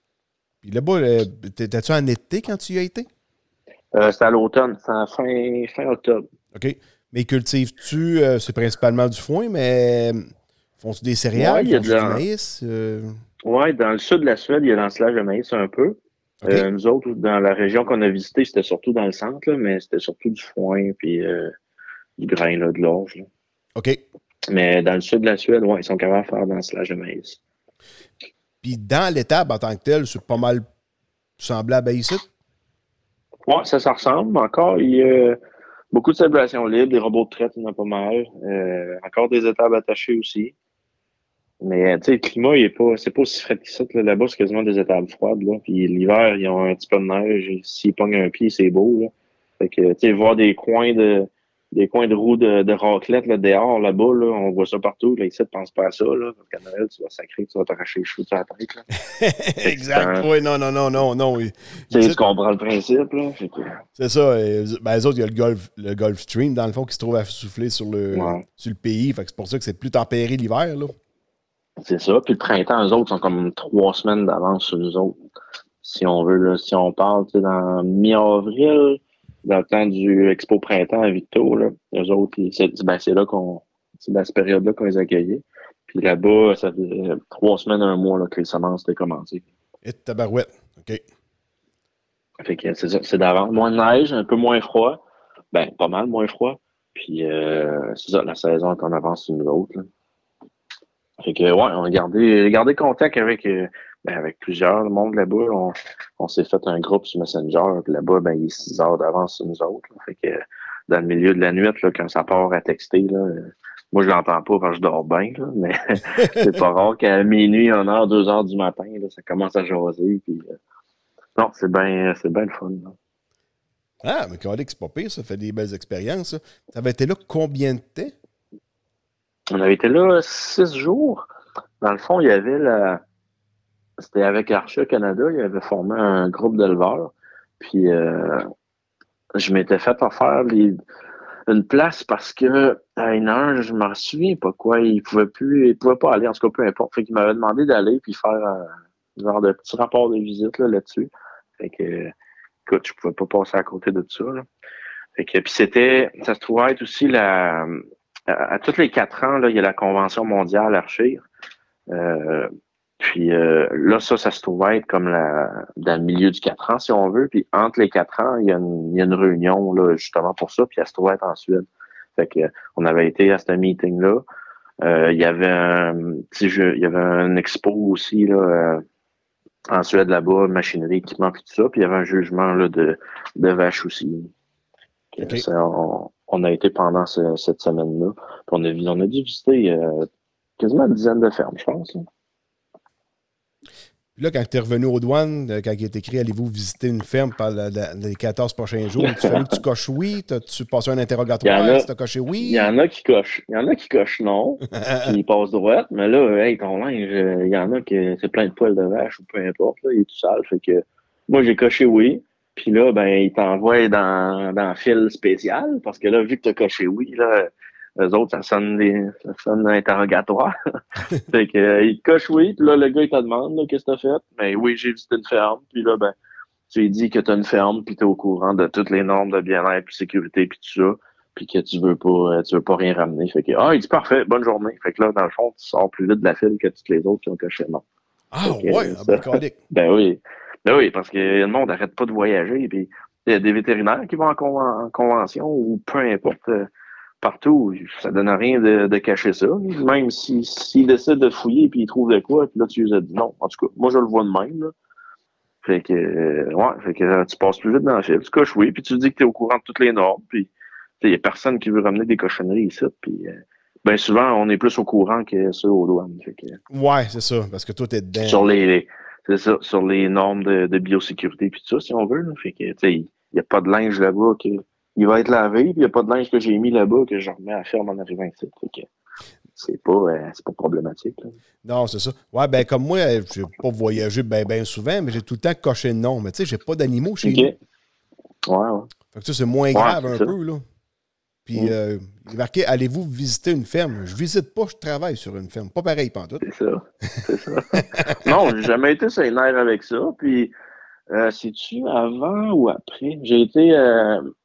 Puis là-bas, euh, t'étais-tu en été quand tu y as été? Euh, c'était à l'automne, c'est en fin, fin octobre. OK. Mais cultives-tu, euh, c'est principalement du foin, mais font-tu des céréales, Ouais, il y a font-tu de du la... maïs? Euh, ouais, dans le sud de la Suède, il y a l'ensilage de maïs un peu. OK, Euh, nous autres, dans la région qu'on a visitée, c'était surtout dans le centre, là, mais c'était surtout du foin puis euh, du grain, là, de l'orge. là. OK. Mais dans le sud de la Suède, ouais, ils sont capables de faire de l'ensilage de maïs. Puis dans l'étable en tant que telle, c'est pas mal semblable à ici? Ouais, ça, ça ressemble. Encore, il y a beaucoup de célébrations libres, des robots de traite, il y en a pas mal. Euh, encore des étables attachées aussi. Mais tu sais, le climat, il est pas, c'est pas aussi frais que ça. Là. Là-bas, c'est quasiment des étables froides. Là. Puis l'hiver, ils ont un petit peu de neige. Et s'ils pognent un pied, c'est beau. Là. Fait que, tu sais, voir des coins de des coins de roues de, de raclette là, dehors, là-bas, là, on voit ça partout. Là, ici, tu ne penses pas à ça. Là. Parce qu'à Noël, tu vas sacrer, tu vas t'arracher les cheveux sur la tête. Là. Exact. Fait que, Oui, non, non, non, non, non. tu sais, tu comprends le principe. Là. Fait que, C'est ça. Et, ben, les autres, il y a le Gulf, le Gulf Stream, dans le fond, qui se trouve à souffler sur le, ouais. sur le pays. Fait que c'est pour ça que c'est plus tempéré l'hiver, là. C'est ça. Puis le printemps, eux autres sont comme trois semaines d'avance sur nous autres. Si on veut, là, si on parle, tu sais, dans mi-avril, dans le temps du Expo Printemps à Victo, là, eux autres, ils- c'est ben, c'est là qu'on, c'est dans cette période-là qu'on les accueillait. Puis là-bas, ça fait trois semaines, un mois, là, que les semences étaient commencées. Et tabarouette. OK. Fait que c'est ça, c'est d'avance. Moins de neige, un peu moins froid. Ben, pas mal moins froid. Puis, euh, c'est ça, la saison est en avance sur nous autres, là. Fait que, ouais, on a gardé, gardé contact avec, euh, ben, avec plusieurs. Le monde là-bas, on, on s'est fait un groupe sur Messenger. Puis là-bas, ben, il est six heures d'avance sur nous autres. Là. Fait que, dans le milieu de la nuit, là, quand ça part à texter, là, euh, moi, je l'entends pas quand je dors bien, là, mais c'est pas rare qu'à minuit, une heure, deux heures du matin, là, ça commence à jaser. Puis, euh, non, c'est bien, c'est bien le fun, là. Ah, mais Calique, c'est pas pire, ça fait des belles expériences, ça. Ça avait été là combien de temps? On avait été là six jours. Dans le fond, il y avait la, c'était avec Archa Canada, il avait formé un groupe d'éleveurs. Puis euh, je m'étais fait offrir les, une place parce que à une heure, je me souviens pas quoi, il pouvait plus, il pouvait pas aller, en tout cas peu importe. Fait qu'il m'avait demandé d'aller puis faire un genre de petit rapport de visite là, là-dessus. Fait que écoute, je pouvais pas passer à côté de ça. Là. Fait que puis c'était, ça se trouvait être aussi la à, à tous les quatre ans, là, il y a la Convention mondiale Archir. Euh, Puis euh, là, ça, ça se trouvait être comme la, dans le milieu du quatre ans, si on veut. Puis entre les quatre ans, il y a une, il y a une réunion là, justement pour ça, puis elle se trouvait être en Suède. Fait que on avait été à ce meeting-là. Euh, il y avait un petit jeu, il y avait un expo aussi là, euh, en Suède là-bas, machinerie, équipement, puis tout ça. Puis il y avait un jugement là, de, de vaches aussi. Okay. Ça, on, on a été pendant ce, cette semaine-là. Puis on a, on a dû visiter euh, quasiment une dizaine de fermes, je pense. Là. Puis là, quand tu es revenu aux douanes, quand il est écrit « Allez-vous visiter une ferme par la, la, les quatorze prochains jours », tu fallu que tu coches oui? T'as-tu passé un interrogatoire? Tu as coché oui? Il y en a qui cochent. Il y en a qui cochent non, puis ils passent droite. Mais là, hey, ton linge, il y en a que c'est plein de poils de vache ou peu importe. Là, il est tout sale. Fait que moi, j'ai coché oui. Puis là, ben, ils t'envoient dans, dans fil spécial parce que là, vu que tu as coché oui, là, eux autres, ça sonne des, ça sonne interrogatoire. Fait que, euh, il te coche oui, puis là, le gars, il te demande, là, qu'est-ce que t'as fait? Ben oui, j'ai visité une ferme, puis là, ben, tu lui dis que t'as une ferme, puis t'es au courant de toutes les normes de bien-être, puis sécurité, puis tout ça, puis que tu veux pas, euh, tu veux pas rien ramener. Fait que, ah, il dit parfait, bonne journée. Fait que là, dans le fond, tu sors plus vite de la file que toutes les autres qui ont coché non. Ah, que, ouais, ça, ben, calique. Ben oui. Ben oui, parce que le monde n'arrête pas de voyager, puis il y a des vétérinaires qui vont en, conven- en convention, ou peu importe, euh, partout, ça donne rien de, de cacher ça. Même s'ils si, s'ils décident de fouiller puis ils trouvent de quoi, puis là, tu les as dit non. En tout cas, moi, je le vois de même, là. Fait que, euh, ouais, fait que euh, tu passes plus vite dans le fil. Tu coches oui, puis tu dis que tu es au courant de toutes les normes, puis il y a personne qui veut ramener des cochonneries ici, puis euh, ben souvent, on est plus au courant que ceux aux douanes. Fait que, ouais, c'est ça, parce que toi, t'es dedans. Sur les, c'est ça, sur les normes de, de biosécurité puis tout ça, si on veut, là. Fait que, tu sais, il n'y a pas de linge là-bas que il va être lavé, puis il n'y a pas de linge que j'ai mis là-bas que je remets à ferme en arrivant ici. Fait que c'est pas, euh, c'est pas problématique. Là. Non, c'est ça. Ouais, ben comme moi, j'ai pas voyagé bien ben souvent, mais j'ai tout le temps coché non. Mais tu sais, j'ai pas d'animaux chez okay. nous. Ouais, ouais. Fait que ça, c'est moins ouais, grave c'est un ça. peu, là. Puis, mm. euh, il est marqué, allez-vous visiter une ferme? Je visite pas, je travaille sur une ferme. Pas pareil, pantoute. C'est ça. C'est ça. Non, j'ai jamais été sur les nerfs avec ça. Puis, euh, c'est-tu avant ou après? J'ai été, euh,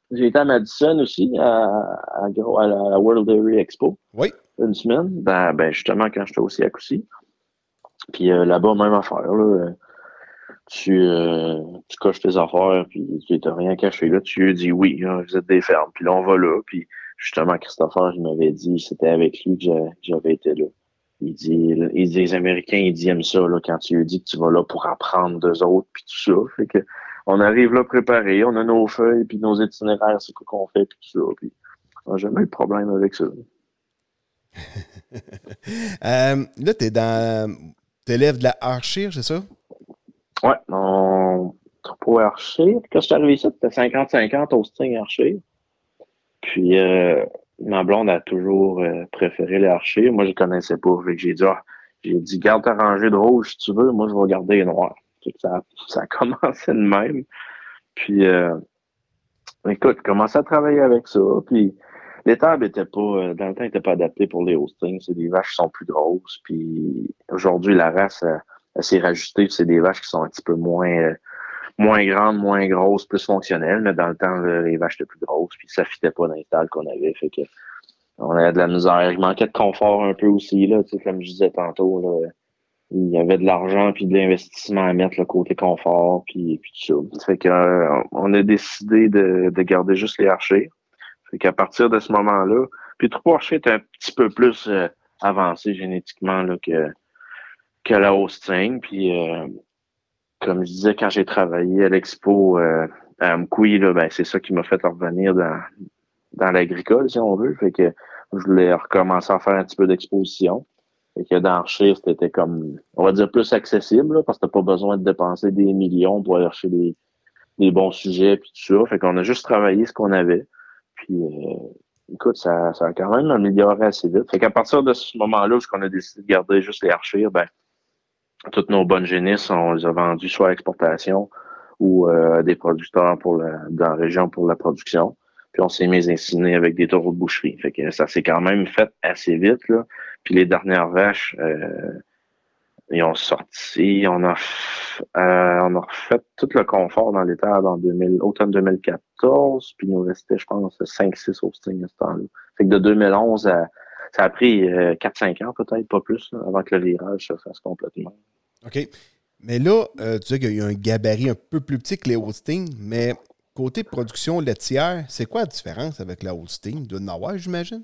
J'ai été à Madison aussi, à, à, à la World Dairy Expo. Oui. Une semaine. Ben, ben justement, quand j'étais aussi à Coucy. Puis euh, là-bas, même affaire. Là, tu, euh, tu coches tes affaires, puis tu n'as rien caché. Là, tu lui dis oui, là, vous êtes des fermes. Puis là, on va là. Puis justement, Christopher, il m'avait dit, c'était avec lui que j'avais été là. Il dit, il dit, les Américains, ils aiment ça, là, quand tu lui dis que tu vas là pour apprendre d'eux autres, puis tout ça. Fait que, on arrive là préparé, on a nos feuilles, puis nos itinéraires, c'est quoi qu'on fait, puis tout ça. Puis, on n'a jamais eu de problème avec ça. euh, là, t'es dans, t'élèves de la Archir, c'est ça? Ouais, on troupeau Archir. Quand je suis arrivé ici, c'était cinquante cinquante Austin Archir. Puis, euh, ma blonde a toujours euh, préféré les Archir. Moi, je les connaissais pas. Fait que j'ai dit, ah, j'ai dit, garde ta rangée de rouge si tu veux. Moi, je vais garder les noirs. Fait que ça, ça a commencé de même. Puis, euh, écoute, commencé à travailler avec ça. Puis, l'étable était pas, euh, dans le temps, était pas adapté pour les Austin. C'est des vaches qui sont plus grosses. Puis, aujourd'hui, la race, elle, elle s'est rajustée. C'est des vaches qui sont un petit peu moins, euh, moins grandes, moins grosses, plus fonctionnelles. Mais dans le temps, là, les vaches étaient plus grosses. Puis, ça fitait pas dans les stalles qu'on avait. Fait que, on avait de la misère. Il manquait de confort un peu aussi, là. Tu sais, comme je disais tantôt, là. Il y avait de l'argent puis de l'investissement à mettre, le côté confort, puis, puis tout ça. Fait que, euh, on a décidé de, de garder juste les archers. Fait qu'à partir de ce moment-là, puis Troupeau Archer est un petit peu plus euh, avancé génétiquement là, que, que la Austin. Puis euh, comme je disais, quand j'ai travaillé à l'expo euh, à Amkoui, là, ben, c'est ça qui m'a fait revenir dans, dans l'agricole, si on veut. Fait que je voulais recommencer à faire un petit peu d'exposition. Fait que dans Archer, c'était comme, on va dire, plus accessible, là, parce que t'as pas besoin de dépenser des millions pour aller chercher des, des bons sujets puis tout ça. Fait qu'on a juste travaillé ce qu'on avait. Puis, euh, écoute, ça, ça a quand même amélioré assez vite. Fait qu'à partir de ce moment-là, où on a décidé de garder juste les Archir, ben, toutes nos bonnes génisses, on les a vendues soit à l'exportation ou euh, à des producteurs pour la, dans la région pour la production. Puis on s'est mis à inséminer avec des taureaux de boucherie. Fait que ça s'est quand même fait assez vite, là. Puis les dernières vaches, euh, ils ont sorti, on a, euh, on a refait tout le confort dans l'étable en deux mille, automne deux mille quatorze, puis il nous restait, je pense, cinq six Austin à ce temps-là. Fait que de deux mille onze à, ça a pris euh, quatre cinq ans peut-être, pas plus, là, avant que le virage se fasse complètement. OK. Mais là, euh, tu sais qu'il y a un gabarit un peu plus petit que les Holstein, mais côté production laitière, c'est quoi la différence avec la Holstein? De Nawa, j'imagine?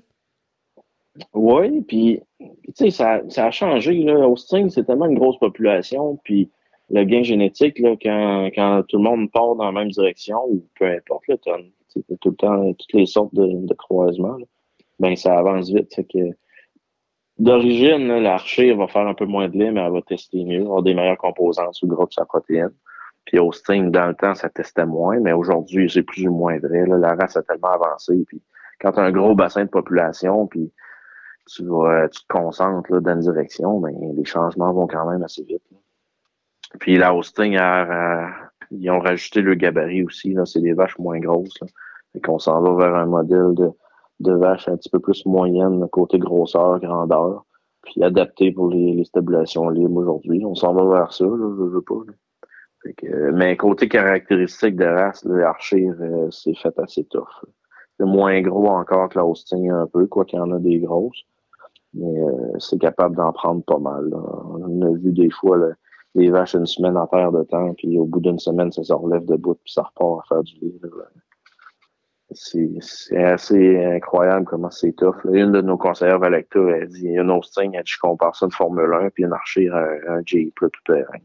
Oui, puis tu sais, ça, ça a changé. Là. Austin, c'est tellement une grosse population, puis le gain génétique, là, quand, quand tout le monde part dans la même direction, ou peu importe, là, t'as, t'as tout le temps toutes les sortes de, de croisements, là, ben ça avance vite. Fait que d'origine, là, l'archer va faire un peu moins de lait, mais elle va tester mieux, avoir des meilleures composantes sous le gras de sa protéine. Puis Austin, dans le temps, ça testait moins, mais aujourd'hui, c'est plus ou moins vrai. Là. La race a tellement avancé. Puis quand tu as un gros bassin de population, puis tu vas, tu te concentres là, dans une direction, ben les changements vont quand même assez vite. Là. Puis la Austin, a, a, ils ont rajouté le gabarit aussi. Là, c'est des vaches moins grosses. Là. Fait qu'on s'en va vers un modèle de, de vaches un petit peu plus moyenne, côté grosseur, grandeur, puis adapté pour les, les stabulations libres aujourd'hui. On s'en va vers ça, là, je veux pas. Là. Fait que, mais côté caractéristique de race, l'Archir, euh, c'est fait assez tough. C'est moins gros encore que la Austin un peu, quoi qu'il y en a des grosses. Mais euh, c'est capable d'en prendre pas mal. Là. On a vu des fois là, les vaches une semaine en terre de temps, puis au bout d'une semaine, ça se relève debout, puis ça repart à faire du lait. Là. C'est, c'est assez incroyable comment c'est tough. Là. Une de nos conseillères, Valecta, elle dit, il y a une Austin, elle dit, je compare ça à une Formule un, puis une Archir à un Jeep, là, tout terrain.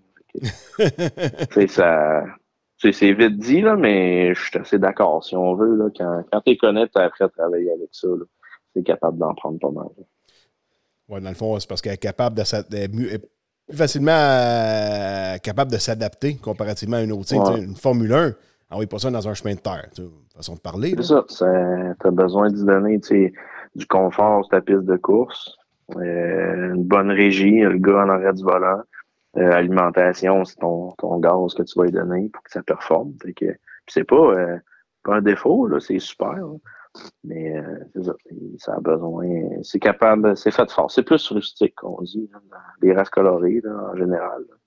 C'est ça. C'est, c'est vite dit, là, mais je suis assez d'accord. Si on veut, là, quand, quand tu connais, tu as appris à travailler avec ça. Là, c'est capable d'en prendre pas mal. Oui, dans le fond, c'est parce qu'elle est capable de s'adapter, plus facilement euh, capable de s'adapter comparativement à une autre. Ouais. Une Formule un, envoie pas ça dans un chemin de terre. Tu sais, façon de parler. C'est là. Ça. Tu as besoin d'y donner du confort sur ta piste de course, euh, une bonne régie, le gars en arrière du volant. Euh, alimentation, c'est ton, ton gaz que tu vas lui donner pour que ça performe. Fait que, c'est pas, euh, pas un défaut, là, c'est super. Là. Mais euh, c'est ça, ça a besoin. C'est capable, c'est fait fort. C'est plus rustique qu'on dit, là, dans les races colorées, là, en général. Là.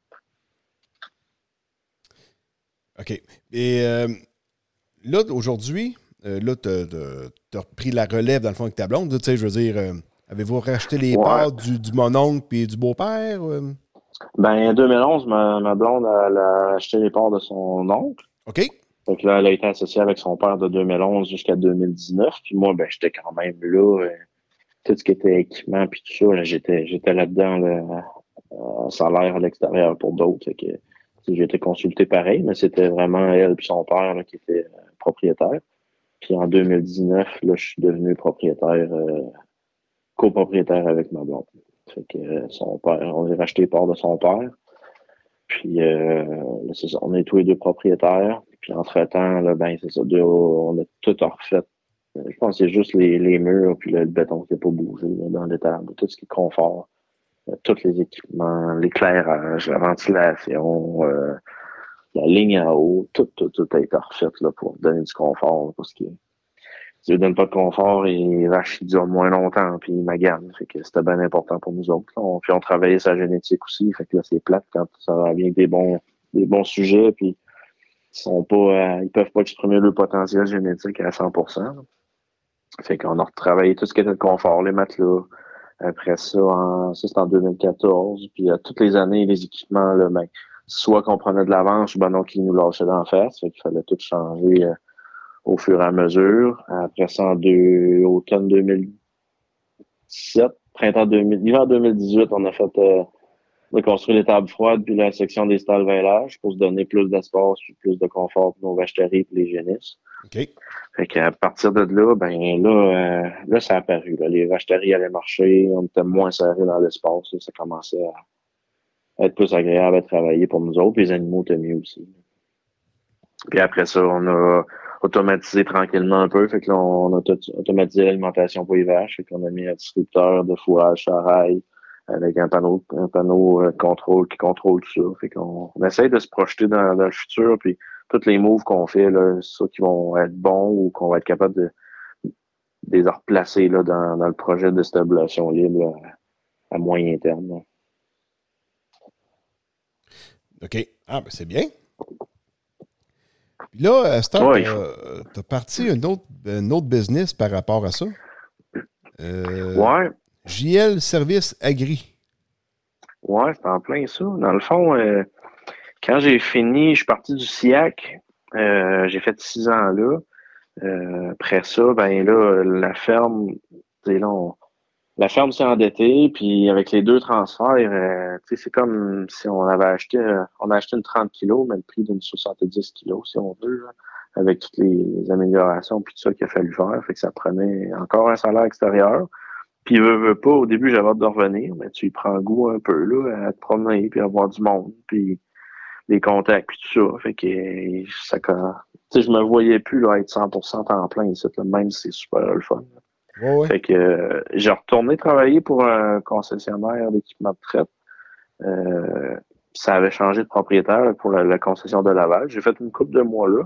OK. Et euh, là, aujourd'hui, euh, là, tu as repris la relève, dans le fond, avec ta blonde. Tu sais, je veux dire, euh, avez-vous racheté les Ouais. parts du, du mononcle puis du beau-père? Euh? Ben, en deux mille onze, ma, ma blonde, elle a acheté les parts de son oncle. OK. Fait que là, elle a été associée avec son père de deux mille onze jusqu'à deux mille dix-neuf. Puis moi, ben, j'étais quand même là. Euh, tout ce qui était équipement puis tout ça, là, j'étais, j'étais là-dedans, là, en salaire à l'extérieur pour d'autres. Fait que j'ai été consulté pareil, mais c'était vraiment elle et son père là, qui étaient euh, propriétaires. Puis en deux mille dix-neuf, là, je suis devenu propriétaire, euh, copropriétaire avec ma blonde. Fait que euh, son père, on a racheté les parts de son père. Puis euh, là, c'est ça, on est tous les deux propriétaires. Puis entre-temps, là, ben, c'est ça, deux, on a tout refait. Je pense que c'est juste les, les murs puis le, le béton qui n'a pas bougé là, dans l'étable. Tout ce qui est confort. Euh, tous les équipements, l'éclairage, la ventilation, euh, la ligne en haut, tout, tout, tout a été refait là, pour donner du confort. Là, parce que si ne donne pas de confort, les vaches ils durent moins longtemps, puis ils maganent. Fait que c'était bien important pour nous autres. Là. On, puis on travaillait sa génétique aussi. Fait que là, c'est plate quand ça va bien avec des bons, des bons sujets, puis ils sont pas, euh, ils peuvent pas exprimer leur potentiel génétique à cent pour cent. Là. Fait qu'on a retravaillé tout ce qui était de confort, les matelas. Après ça, en, ça c'était en deux mille quatorze. Puis à toutes les années, les équipements, là, ben, soit qu'on prenait de l'avance, ben non, qu'ils nous lâchaient d'en face. Fait qu'il fallait tout changer euh, au fur et à mesure. Après ça, en deux, automne deux mille dix-sept, printemps deux mille, hiver deux mille dix-huit, on a fait euh, on a construit les tables froides puis la section des stalles vêlage pour se donner plus d'espace puis plus de confort pour nos vacheteries et les génisses. OK. Fait qu'à partir de là, ben là, euh, là, ça a apparu. Là. Les vacheteries allaient marcher, on était moins serrés dans l'espace. Là. Ça commençait à être plus agréable à travailler pour nous autres. Les animaux étaient mieux aussi. Puis après ça, on a automatisé tranquillement un peu. Fait que là, on a automatisé l'alimentation pour les vaches. Fait qu'on a mis un distributeur de fourrage sur rail avec un panneau, un panneau euh, contrôle qui contrôle tout ça. Fait qu'on on essaye de se projeter dans, dans le futur. Puis tous les moves qu'on fait, là, c'est ça qui vont être bons ou qu'on va être capable de, de les replacer là, dans, dans le projet de stabulation libre là, à moyen terme. Là. OK. Ah, ben c'est bien. Puis là, à ce temps, Ouais. tu as parti un autre, un autre business par rapport à ça. Euh, Ouais. J L Service Agri. Ouais, c'est en plein ça. Dans le fond, euh, quand j'ai fini, je suis parti du S I A C. Euh, j'ai fait six ans là. Euh, après ça, ben là, la ferme, tu sais, là, on, la ferme s'est endettée, puis avec les deux transferts, euh, tu sais, c'est comme si on avait acheté, euh, on a acheté une trente kilos, mais le prix d'une soixante-dix kilos, si on veut, là, avec toutes les, les améliorations puis tout ça qu'il a fallu faire. Fait que ça prenait encore un salaire extérieur. Puis veut, veut pas, au début, j'avais hâte de revenir, mais tu y prends goût un peu, là, à te promener, puis à voir du monde, puis des contacts, puis tout ça. Fait que ça, tu sais, je me voyais plus là, être cent pour cent temps plein ici, là, même si c'est super le fun. Ouais, ouais. Fait que euh, j'ai retourné travailler pour un concessionnaire d'équipement de traite. Euh, ça avait changé de propriétaire là, pour la, la concession de Laval. J'ai fait une couple de mois là.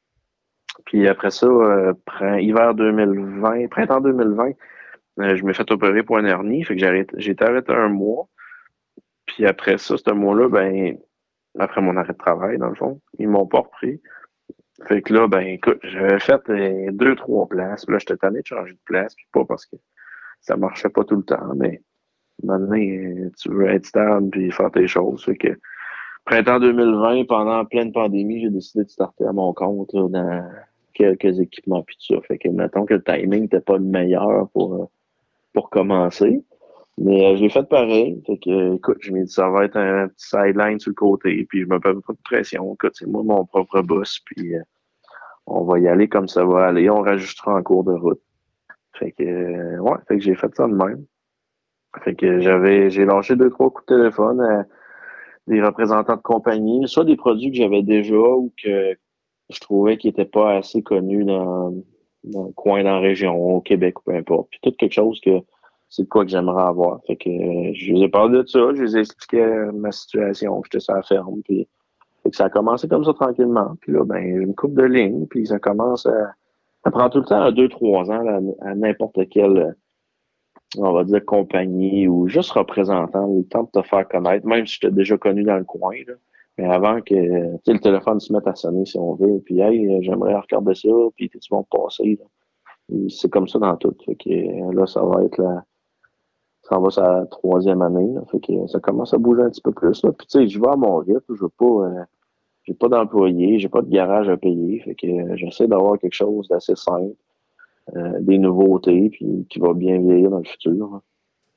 Puis après ça, euh, prin- hiver deux mille vingt, printemps deux mille vingt, euh, je me suis fait opérer pour une hernie. Fait que j'ai arrêté, j'ai été arrêté un mois. Puis après ça, ce mois-là, ben, après mon arrêt de travail, dans le fond, ils m'ont pas repris. Fait que là, ben, écoute, j'avais fait euh, deux, trois places. Puis là, j'étais tanné de changer de place. Puis pas parce que ça marchait pas tout le temps, mais maintenant, euh, tu veux être stable puis faire tes choses. Fait que printemps deux mille vingt, pendant pleine pandémie, j'ai décidé de starter à mon compte là, dans quelques équipements puis tout ça. Fait que mettons que le timing n'était pas le meilleur pour, euh, pour commencer. Mais euh, je l'ai fait pareil. Fait que, euh, écoute, je m'ai dit ça va être un petit sideline sur le côté, puis je me fais pas de pression. Écoute, c'est moi mon propre boss, puis euh, on va y aller comme ça va aller. On rajustera en cours de route. Fait que euh, ouais, fait que j'ai fait ça de même. Fait que j'avais j'ai lâché deux, trois coups de téléphone à des représentants de compagnie, soit des produits que j'avais déjà ou que je trouvais qu'ils étaient pas assez connus dans, dans le coin, dans la région, au Québec ou peu importe. Puis tout quelque chose que c'est de quoi que j'aimerais avoir. Fait que euh, je les ai parlé de ça, je les ai expliqué ma situation, j'étais sur la ferme, puis fait que ça a commencé comme ça tranquillement. Puis là, ben, j'ai une coupe de ligne, puis ça commence à. Ça prend tout le temps à deux, trois ans là, à n'importe quelle, on va dire, compagnie ou juste représentant, le temps de te faire connaître, même si tu t'es déjà connu dans le coin. Là. Mais avant que tu sais, le téléphone se mette à sonner si on veut, puis hey, j'aimerais regarder ça, puis tu vas me passer. Là. C'est comme ça dans tout. Fait que là, ça va être la. Ça va sa troisième année. Là. Fait que ça commence à bouger un petit peu plus. Là. Puis tu sais, je vais à mon rythme, je veux pas. Euh, j'ai pas d'employé, j'ai pas de garage à payer. Fait que euh, j'essaie d'avoir quelque chose d'assez simple, euh, des nouveautés, puis qui va bien vieillir dans le futur. Hein.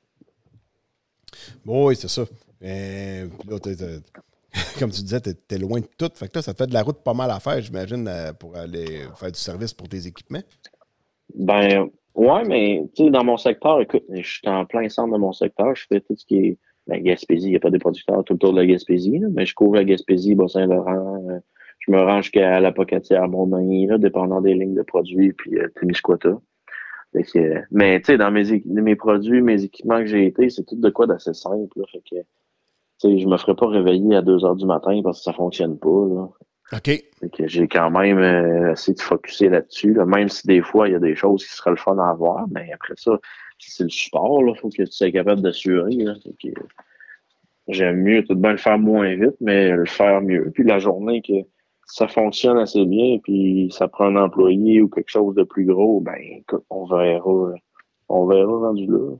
Bon, oui, c'est ça. Euh, là, t'es, t'es, comme tu disais, t'es, t'es loin de tout. Fait que là, ça fait de la route pas mal à faire, j'imagine, pour aller faire du service pour tes équipements. Ben, ouais, mais tu sais, dans mon secteur, écoute, je suis en plein centre de mon secteur. Je fais tout ce qui est la Gaspésie. Il n'y a pas des producteurs tout autour de la Gaspésie, là, mais je couvre la Gaspésie, Bas-Saint-Laurent. Euh, je me rends jusqu'à la Pocatière, Montmagny, là, dépendant des lignes de produits, puis euh, Témiscouata. Fait que, mais tu sais, dans mes, mes produits, mes équipements que j'ai été, c'est tout de quoi d'assez simple. Là, fait que, tu sais, je me ferais pas réveiller à deux heures du matin parce que ça fonctionne pas. Là. OK. Fait que j'ai quand même euh, essayé de focusser là-dessus, là, même si des fois, il y a des choses qui seraient le fun à avoir, mais après ça, c'est le support, il faut que tu sois capable d'assurer. Là, fait que, j'aime mieux tout de bien le faire moins vite, mais le faire mieux. Puis la journée que ça fonctionne assez bien, puis ça prend un employé ou quelque chose de plus gros, ben écoute, on verra. On verra rendu là.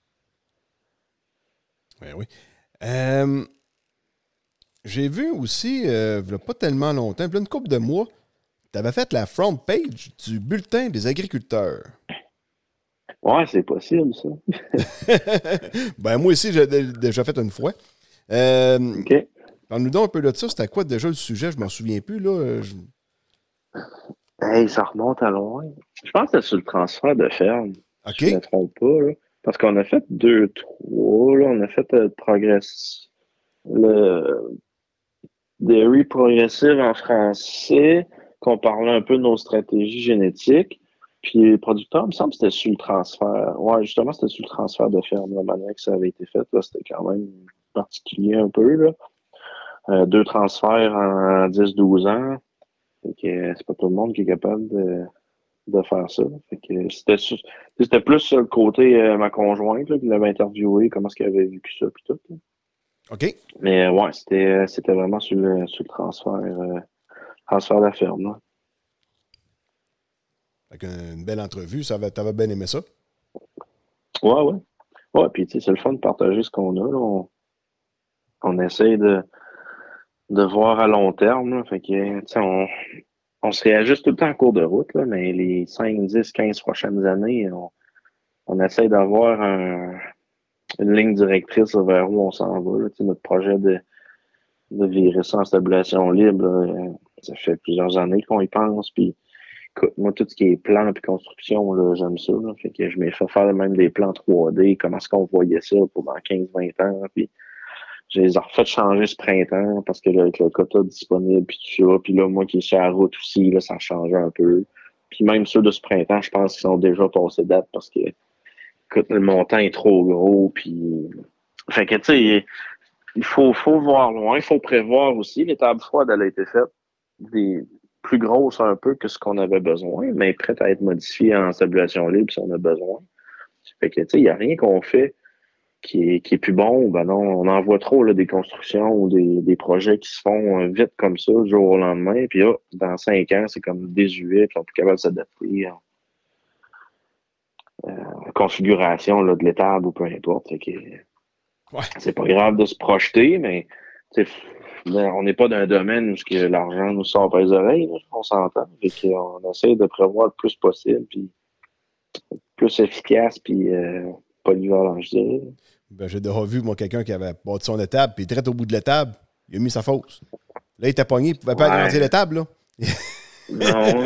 Oui, oui. Euh, j'ai vu aussi, euh, il n'y a pas tellement longtemps, il y a une couple de mois, tu avais fait la front page du Bulletin des agriculteurs. Ouais, c'est possible, ça. Ben, moi aussi, j'ai déjà fait une fois. Euh, OK. Parle-nous donc un peu de ça. C'était quoi déjà le sujet? Je m'en souviens plus, là. Je... Hey, ça remonte à loin. Je pense que c'est sur le transfert de ferme. OK. Si je ne me trompe pas, là. Parce qu'on a fait deux, trois, là. On a fait euh, progress... le dairy progressive en français, qu'on parlait un peu de nos stratégies génétiques. Puis les producteurs, il me semble que c'était sur le transfert. Ouais, justement, c'était sur le transfert de ferme, la manière que ça avait été fait. Là, c'était quand même particulier un peu, là. Euh, deux transferts en dix douze ans. Fait que euh, c'est pas tout le monde qui est capable de, de faire ça. Fait que c'était, c'était plus sur le côté euh, ma conjointe là, qui l'avait interviewé, comment est-ce qu'elle avait vécu ça, puis tout. Là. OK. Mais euh, ouais, c'était, c'était vraiment sur le, sur le transfert, euh, transfert de la ferme. Là. Fait qu'une belle entrevue, ça va, t'avais bien aimé ça? Ouais, ouais. Ouais, puis tu sais, c'est le fun de partager ce qu'on a. Là. On, on essaie de, de voir à long terme. Là. Fait que, tu sais, on, on se réajuste tout le temps en cours de route, là, mais les cinq, dix, quinze prochaines années, on, on essaie d'avoir un, une ligne directrice vers où on s'en va. Là. Tu sais, notre projet de, de virer ça en stabulation libre, là, ça fait plusieurs années qu'on y pense. Puis, écoute, moi, tout ce qui est plan et construction, là, j'aime ça. Là. Fait que je m'ai fait faire même des plans trois D, comment est-ce qu'on voyait ça pendant quinze vingt ans. Puis, je les ai refait changer ce printemps parce que là, avec le quota disponible puis tout ça. Puis là, moi qui suis sur la route aussi, là, ça a changé un peu. Puis même ceux de ce printemps, je pense qu'ils sont déjà passés date parce que écoute, le montant est trop gros. Puis. Fait que tu sais, il faut, faut voir loin, il faut prévoir aussi. Les tables froides, elle a été faite des plus grosses un peu que ce qu'on avait besoin, mais prête à être modifiée en stabulation libre si on a besoin. Fait que tu sais, il n'y a rien qu'on fait qui est, qui est plus bon, ben non, on en voit trop là, des constructions ou des, des projets qui se font vite comme ça, du jour au lendemain, puis là, dans cinq ans, c'est comme désuet, puis on n'est plus capable de s'adapter à euh, configuration là, de l'étable ou peu importe. Fait que, ouais. C'est pas grave de se projeter, mais on n'est pas dans un domaine où que l'argent nous sort par les oreilles, là, on s'entend. Fait qu'on essaie de prévoir le plus possible, puis plus efficace, puis euh, polyvalent, je dirais. Ben, j'ai déjà vu, moi, quelqu'un qui avait bâti son étable, puis direct au bout de l'étable, il a mis sa fosse. Là, il était pogné, il ne pouvait pas ouais. agrandir l'étable, là. Non.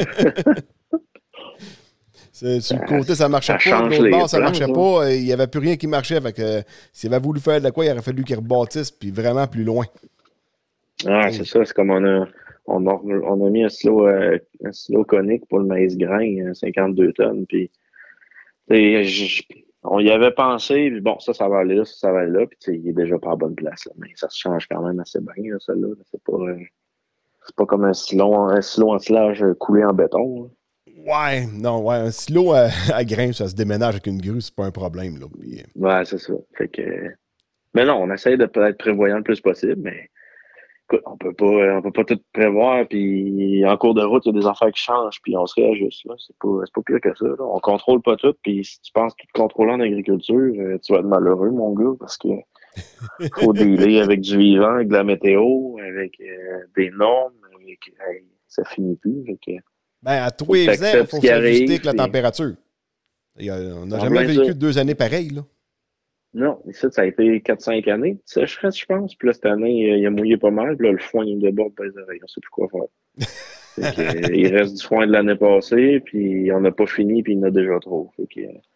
C'est, sur le côté, ça ne marchait ça pas. De l'autre bord, ça ne marchait hein. pas. Il n'y avait plus rien qui marchait. Fait que, s'il avait voulu faire de quoi, il aurait fallu qu'il rebâtisse, puis vraiment plus loin. Ah, c'est ça. C'est comme on a, on a, on a mis un silo, euh, un silo conique pour le maïs grain, cinquante-deux tonnes. Puis, je, on y avait pensé, puis bon, ça, ça va aller là, ça, ça va aller là, puis il est déjà pas à bonne place, là, mais ça se change quand même assez bien, là, ça, là. C'est pas, euh, c'est pas comme un silo, un silo en silage coulé en béton, là. Ouais, non, ouais, un silo à, à grains, ça se déménage avec une grue, c'est pas un problème, là. Puis... Ouais, c'est ça. Fait que, mais non, on essaie de peut-être prévoyant le plus possible, mais écoute, on peut pas, on peut pas tout prévoir, puis en cours de route, il y a des affaires qui changent, puis on se réajuste, là. C'est pas, c'est pas pire que ça, là. On contrôle pas tout, puis si tu penses tout contrôler en agriculture, euh, tu vas être malheureux, mon gars, parce que faut dealer avec du vivant, avec de la météo, avec euh, des normes, avec, hey, ça finit plus, fait que, Ben, à tous les ans, il faut s'ajuster avec la puis... température. Il y a, on n'a En jamais plein vécu ça. deux années pareilles, là. Non, ici, ça a été quatre cinq années de sécheresse, je pense. Puis là, cette année, euh, il a mouillé pas mal. Puis là, le foin, il déborde par les oreilles. On sait plus quoi faire. Fait que, euh, il reste du foin de l'année passée, puis on n'a pas fini, puis il y en a déjà trop. Fait que, euh,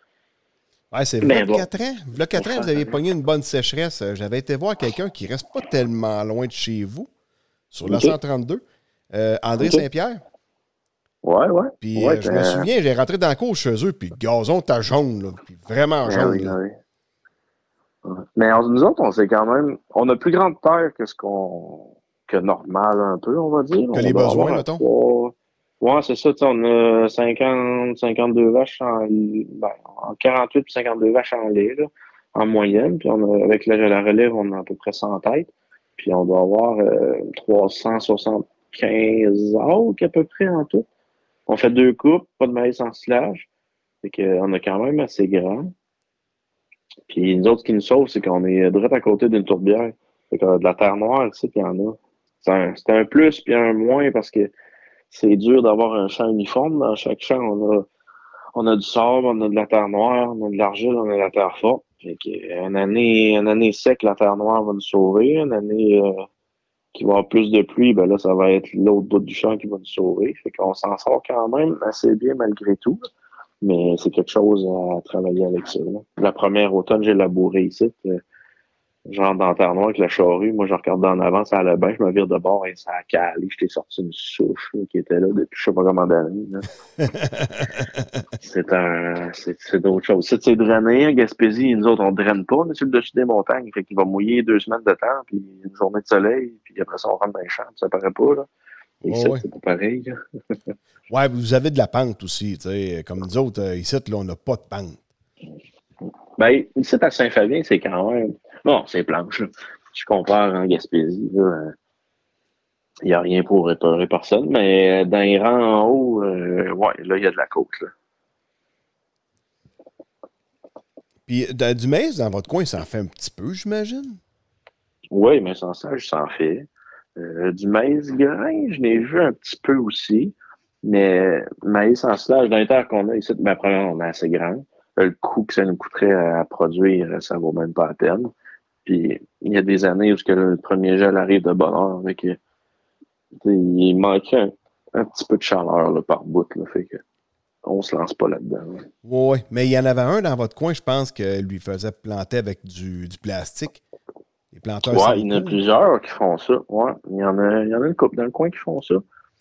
Ouais, c'est Mais vingt bon. quatre ans. vingt quatre ans, vous avez pogné une bonne sécheresse. Euh, J'avais été voir quelqu'un qui reste pas tellement loin de chez vous, sur la Ok. cent trente-deux, euh, André Ok. Saint-Pierre. Ouais, ouais. Puis ouais, euh, je ben, me souviens, j'ai rentré dans la cour chez eux, puis le gazon était jaune, là, puis vraiment ben jaune. oui, là. ben oui. Ouais. Mais on- nous autres, on sait quand même, on a plus grande terre que ce qu'on, que normal un peu, on va dire. Que On les doit besoins, avoir un mettons. trois- Ouais, c'est ça, tu sais, on a cinquante, cinquante-deux vaches en, ben, en quarante-huit puis cinquante-deux vaches en lait, là, en moyenne. Puis on a, avec la, la relève, on a à peu près cent têtes. Puis on doit avoir euh, trois cent soixante-quinze autres à peu près en tout. On fait deux coupes, pas de maïs en silage. Fait que, on a quand même assez grand. Puis nous autres, ce qui nous sauve, c'est qu'on est direct à côté d'une tourbière. Fait que de la terre noire, ici, il y en a. C'est un, c'est un plus puis un moins parce que c'est dur d'avoir un champ uniforme. Dans chaque champ, on a, on a du sable, on a de la terre noire, on a de l'argile, on a de la terre forte. Fait que, euh, une année, une année sec, la terre noire va nous sauver. Une année euh, qui va avoir plus de pluie, ben là, ça va être l'autre bout du champ qui va nous sauver. Fait qu'on s'en sort quand même assez bien malgré tout. Mais c'est quelque chose à travailler avec ça. Là. La première automne, j'ai labouré ici. euh, Genre dans la terre noire avec la charrue. Moi, je regarde en avant, ça allait bien. Je me vire de bord et ça a calé. Je t'ai sorti une souche là, qui était là depuis je sais pas combien d'années. là. C'est un, c'est, c'est d'autres choses. C'est, c'est drainé. À Gaspésie, nous autres, on draine pas. On est sur le dessus des montagnes. Fait qu'il va mouiller deux semaines de temps, puis une journée de soleil, puis après ça, on rentre dans les champs. Ça paraît pas, là. Et Oh, ici, ouais. c'est pas pareil. Là. Ouais, vous avez de la pente aussi, tu sais. Comme nous autres, euh, ici, là, on n'a pas de pente. Ben, ici, à Saint-Fabien, c'est quand même... Bon, c'est planche, là. Je compare en Gaspésie, là. Il n'y a rien pour réparer personne, mais dans les rangs en haut, euh, ouais, là, il y a de la côte, là. Puis de- du maïs, dans votre coin, ça en fait un petit peu, j'imagine? Oui, mais sans ça, je s'en fais. Euh, du maïs grain, je l'ai vu un petit peu aussi. Mais maïs en silage, dans les terres qu'on a ici, ben, premièrement, on est assez grand. Le coût que ça nous coûterait à produire, ça vaut même pas la peine. Puis, il y a des années où que le premier gel arrive de bonne heure, fait que, il manquait un, un petit peu de chaleur là, par bout. Là, fait que on se lance pas là-dedans. Là. Oui, mais il y en avait un dans votre coin, je pense, que lui faisait planter avec du, du plastique. Les planteurs Ouais, il y en a Silico. plusieurs qui font ça. Ouais, il y en a, il y en a une couple dans le coin qui font ça.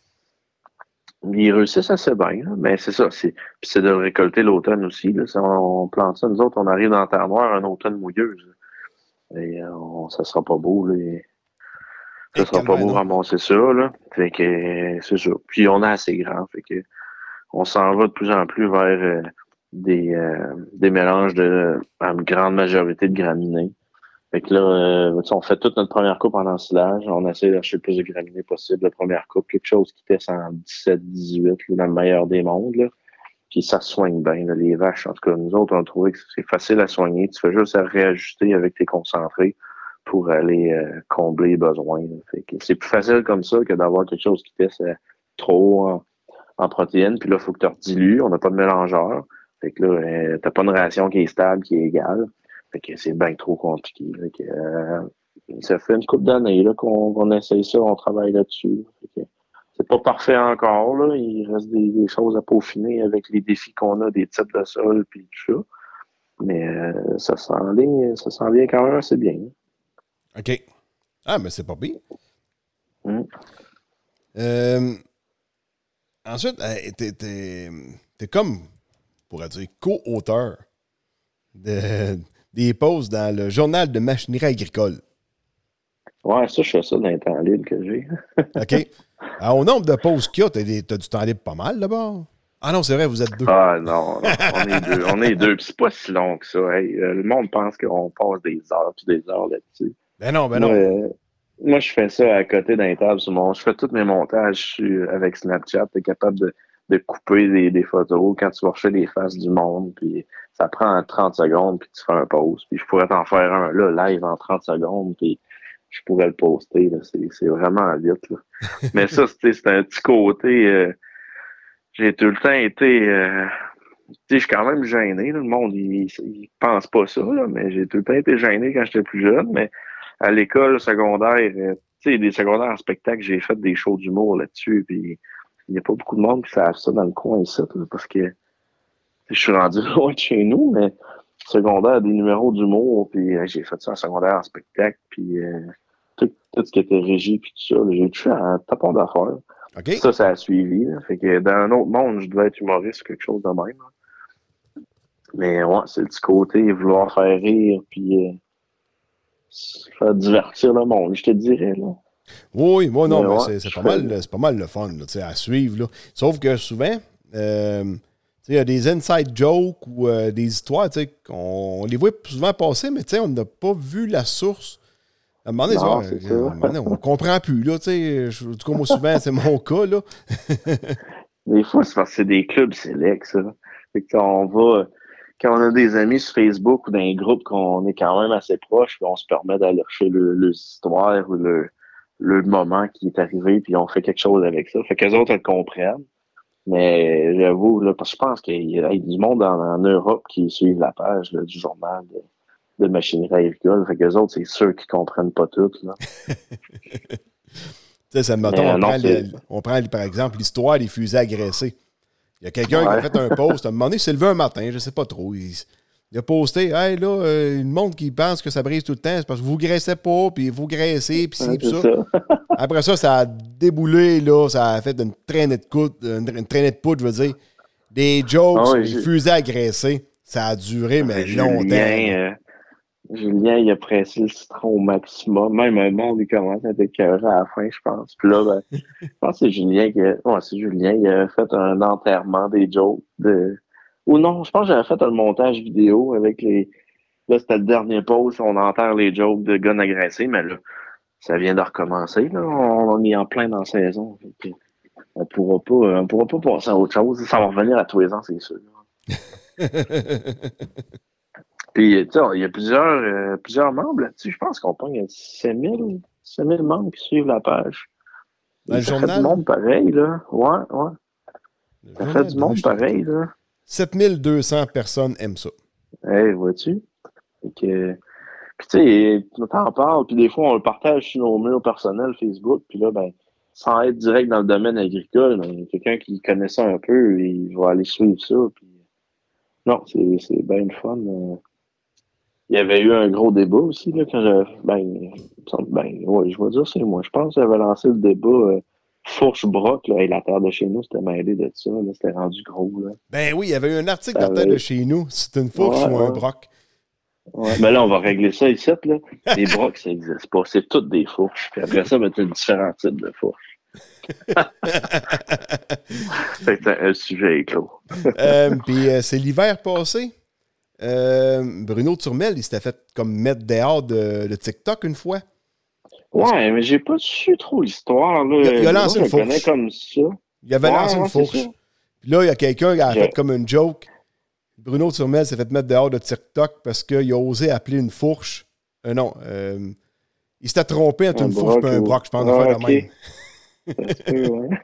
Ils réussissent assez bien, là. Mais c'est ça. C'est, puis c'est de récolter l'automne aussi. Là. Si on, on plante ça, nous autres, on arrive dans la terre noire, un automne mouilleuse. Et euh, on, ça sera pas beau. Là. Et, ça Et sera pas beau non. ramasser ça. Là. Fait que euh, c'est ça. Puis on est assez grand. Fait que on s'en va de plus en plus vers euh, des, euh, des mélanges de à une grande majorité de graminées. Fait que là, euh, on fait toute notre première coupe en ensilage. On essaie d'acheter le plus de graminées possible. La première coupe, quelque chose qui teste en dix-sept dix-huit, là, dans le meilleur des mondes. Là. Puis ça se soigne bien. Là, les vaches, en tout cas, nous autres, on a trouvé que c'est facile à soigner. Tu fais juste à réajuster avec tes concentrés pour aller euh, combler les besoins. Là. Fait que c'est plus facile comme ça que d'avoir quelque chose qui teste euh, trop en, en protéines. Puis là, il faut que tu redilues. On n'a pas de mélangeur. Fait que là, euh, t'as pas une ration qui est stable, qui est égale. Fait que c'est bien trop compliqué. Fait que, euh, ça fait une couple d'années là, qu'on, qu'on essaye ça, on travaille là-dessus. Fait que c'est pas parfait encore. Là. Il reste des, des choses à peaufiner avec les défis qu'on a, des types de sol puis tout ça. Mais euh, ça s'enligne, ça s'enligne quand même assez bien. OK. Ah, mais c'est pas bien. Mm. Euh, ensuite, euh, t'es, t'es, t'es comme, on pourrait dire, co-auteur de, des posts dans le journal de machinerie agricole. Ouais, ça, je fais ça dans les temps libres que j'ai. OK. Alors, au nombre de posts qu'il y a, t'as, des, t'as du temps libre pas mal, d'abord. Ah non, c'est vrai, vous êtes deux. Ah non, non, on est deux. On est deux, puis c'est pas si long que ça. Hey, euh, le monde pense qu'on passe des heures puis des heures là-dessus. Ben non, ben Moi, non. euh, moi, je fais ça à côté d'un table sur mon. Je fais tous mes montages sur- avec Snapchat. T'es capable de, de couper des, des photos quand tu vas rechercher les faces du monde. Puis ça prend trente secondes, puis tu fais un pause. Puis je pourrais t'en faire un là, live en trente secondes, puis je pourrais le poster. Là. C'est, c'est vraiment vite. Là. Mais ça, c'est, c'est un petit côté. Euh, j'ai tout le temps été. Euh, tu sais, je suis quand même gêné. Là. Le monde, il, il pense pas ça, là, mais j'ai tout le temps été gêné quand j'étais plus jeune. Mais à l'école secondaire, euh, tu sais, des secondaires en spectacle, j'ai fait des shows d'humour là-dessus. Puis il n'y a pas beaucoup de monde qui savent ça dans le coin ici, là, parce que je suis rendu loin de chez nous, mais secondaire, des numéros d'humour, puis euh, j'ai fait ça en secondaire en spectacle, puis euh, tout, tout ce qui était régie, puis tout ça, là, j'ai touché à un tapon d'affaires. OK? Ça, ça a suivi. Là. Fait que dans un autre monde, je devais être humoriste ou quelque chose de même. Là. Mais ouais, c'est le petit côté vouloir faire rire, puis euh, faire divertir le monde, je te dirais. Là. Oui, moi non, mais, mais ouais, c'est, c'est, pas fais... mal, c'est pas mal le fun là, à suivre. Là. Sauf que souvent, euh, il y a des inside jokes ou euh, des histoires qu'on on les voit souvent passer, mais on n'a pas vu la source. À un moment donné, non, ça, c'est à un moment donné, on ne comprend plus. Là, je, du coup, moi, souvent, c'est mon cas. Là. Des fois, c'est parce que c'est des clubs sélects, ça. Fait que quand on va, quand on a des amis sur Facebook ou dans un groupe qu'on est quand même assez proche, puis on se permet d'aller chercher le, le histoire ou le, le moment qui est arrivé, puis on fait quelque chose avec ça. Fait que les autres, elles comprennent. Mais j'avoue, là, parce que je pense qu'il y a du monde en, en Europe qui suivent la page là, du journal de, de machinerie agricole. Fait que les autres, c'est ceux qui comprennent pas tout, là. Tu sais, ça, mettons, Mais, on, non, prend les, on prend, par exemple, l'histoire des fusées agressées. Il y a quelqu'un ouais. qui a fait un post, à un moment donné, il s'est levé un matin, je sais pas trop. Il, il a posté, hey, là, euh, le monde qui pense que ça brise tout le temps, c'est parce que vous graissez pas, puis vous graissez, puis ci, ouais, puis ça. ça. Après ça, ça a déboulé, là, ça a fait une traînée de coude, une, une traînée de poudre, je veux dire. Des jokes, ah ouais, des fusées agressées. Ça a duré, mais Julien, longtemps. Euh, Julien, il a pressé le citron au maximum. Même un monde, il commence à être écœuré à la fin, je pense. Puis là, ben, je pense que c'est Julien qui a... Ouais, c'est Julien, il a fait un enterrement des jokes de... Ou non, je pense que j'avais fait un montage vidéo avec les... Là, c'était le dernier pause, on enterre les jokes de gars agressés, mais là, ça vient de recommencer, là. On, on est en plein dans la saison. Fait que on pourra pas, on pourra pas passer à autre chose. Ça va revenir à tous les ans, c'est sûr. Puis, tu sais, il y a plusieurs, euh, plusieurs membres là-dessus. Je pense qu'on pogne cinq mille membres qui suivent la page. Dans le ça journal? fait du monde pareil, là. Ouais, ouais. Le ça fait du monde pareil, là. sept mille deux cents personnes aiment ça. Eh, hey, vois-tu? Fait que... Puis, tu sais, t'en parles, puis des fois, on le partage sur nos murs personnels Facebook, puis là, ben, sans être direct dans le domaine agricole, ben, quelqu'un qui connaît ça un peu, il va aller suivre ça, puis... Non, c'est, c'est bien le fun. Euh... Il y avait eu un gros débat aussi, là, quand j'avais. Ben, ben ouais, je vais dire c'est moi. Je pense que j'avais lancé le débat euh, Fourche-Broc, là, et la terre de chez nous, c'était mêlé de ça, là, c'était rendu gros, là. Ben oui, il y avait eu un article de la terre de chez nous. C'est une fourche ouais, ou un ouais. broc. Ouais, mais là, on va régler ça ici, là. Les brocs, ça n'existe pas. C'est toutes des fourches. Puis après ça, ben, tu as différents types de fourches. C'est un, un sujet éclos. euh, Puis euh, c'est l'hiver passé. Euh, Bruno Turmel, il s'était fait comme mettre dehors de, de TikTok une fois. Ouais, mais j'ai pas su trop l'histoire. Là. Il a, il a lancé Moi, une fourche. Comme ça. Il avait ouais, lancé une ouais, fourche. Puis là, il y a quelqu'un qui a je... fait comme une joke. Bruno Turmel s'est fait mettre dehors de TikTok parce qu'il a osé appeler une fourche. Euh, non, euh, il s'était trompé entre un une fourche et un broc, je pense, ah, de faire okay. la même. Ça se peut, ouais.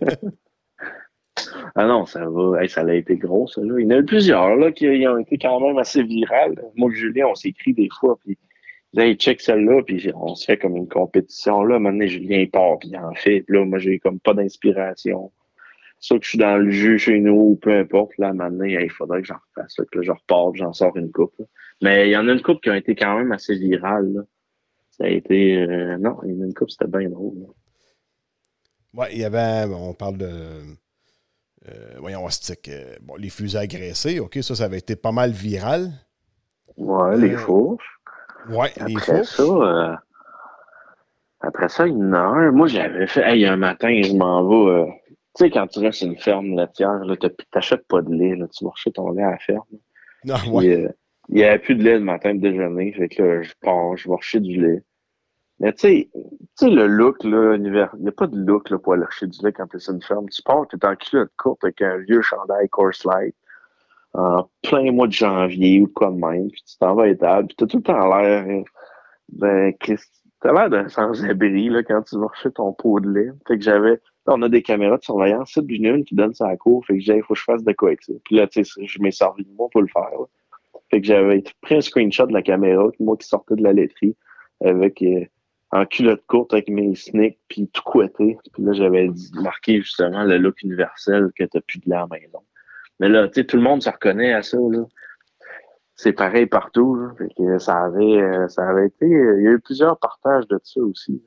Ah non, ça va. Hey, ça a été gros, ça, là. Il y en a eu plusieurs, là, qui ont été quand même assez virales. Moi et Julien, on s'écrit des fois, puis là, il check celle-là, puis on se fait comme une compétition. Là, maintenant, Julien, il part, puis il en fait. Puis là, moi, j'ai comme pas d'inspiration. Soit que je suis dans le jeu chez nous, ou peu importe, là, maintenant, hey, il faudrait que j'en refasse, là, que là, je repars, puis j'en sors une coupe. Là. Mais il y en a une coupe qui a été quand même assez virale, là. Ça a été... Euh, non, il y en a une coupe, c'était bien drôle, là. Ouais, il y avait... On parle de... Euh, voyons, stick. Euh, bon, les fusées agressées, OK, ça, ça avait été pas mal viral. Ouais, euh, les fourches. Ouais, après les fourches. Ça, euh, après ça, il y en a un. Moi, j'avais fait, hey, un matin, je m'en vais. Euh, tu sais, quand tu restes sur une ferme laitière, là, t'achètes pas de lait, là, tu vas chercher ton lait à la ferme. Non, puis, ouais. euh, il n'y avait plus de lait le matin de déjeuner, fait que là, je pars, je vais chercher du lait. Mais tu sais, tu sais, le look, là, univers, il n'y a pas de look là, pour aller chercher du lait quand t'es sur une ferme. Tu pars, t'es en culotte courte avec un vieux chandail Coors Light en plein mois de janvier ou de quoi de même, puis tu t'en vas à l'étable, puis t'as tout le temps l'air, hein, ben, Christ, t'as l'air d'un sans-abri, là, quand tu vas chercher ton pot de lait. Fait que j'avais, là, on a des caméras de surveillance, ça, puis j'en ai une qui donne sa cour, fait que j'ai, il faut que je fasse de quoi avec ça. Puis là, tu sais, je m'ai servi de moi pour le faire, là. Fait que j'avais pris un screenshot de la caméra, moi qui sortais de la laiterie, avec, euh, en culotte courte avec mes sneaks, puis tout couetté. Puis là, j'avais dit- marqué justement le look universel que t'as plus de lait à la maison. Mais là, tu sais, tout le monde se reconnaît à ça, là. C'est pareil partout, là. Fait que ça avait, euh, ça avait été, euh, il y a eu plusieurs partages de ça aussi.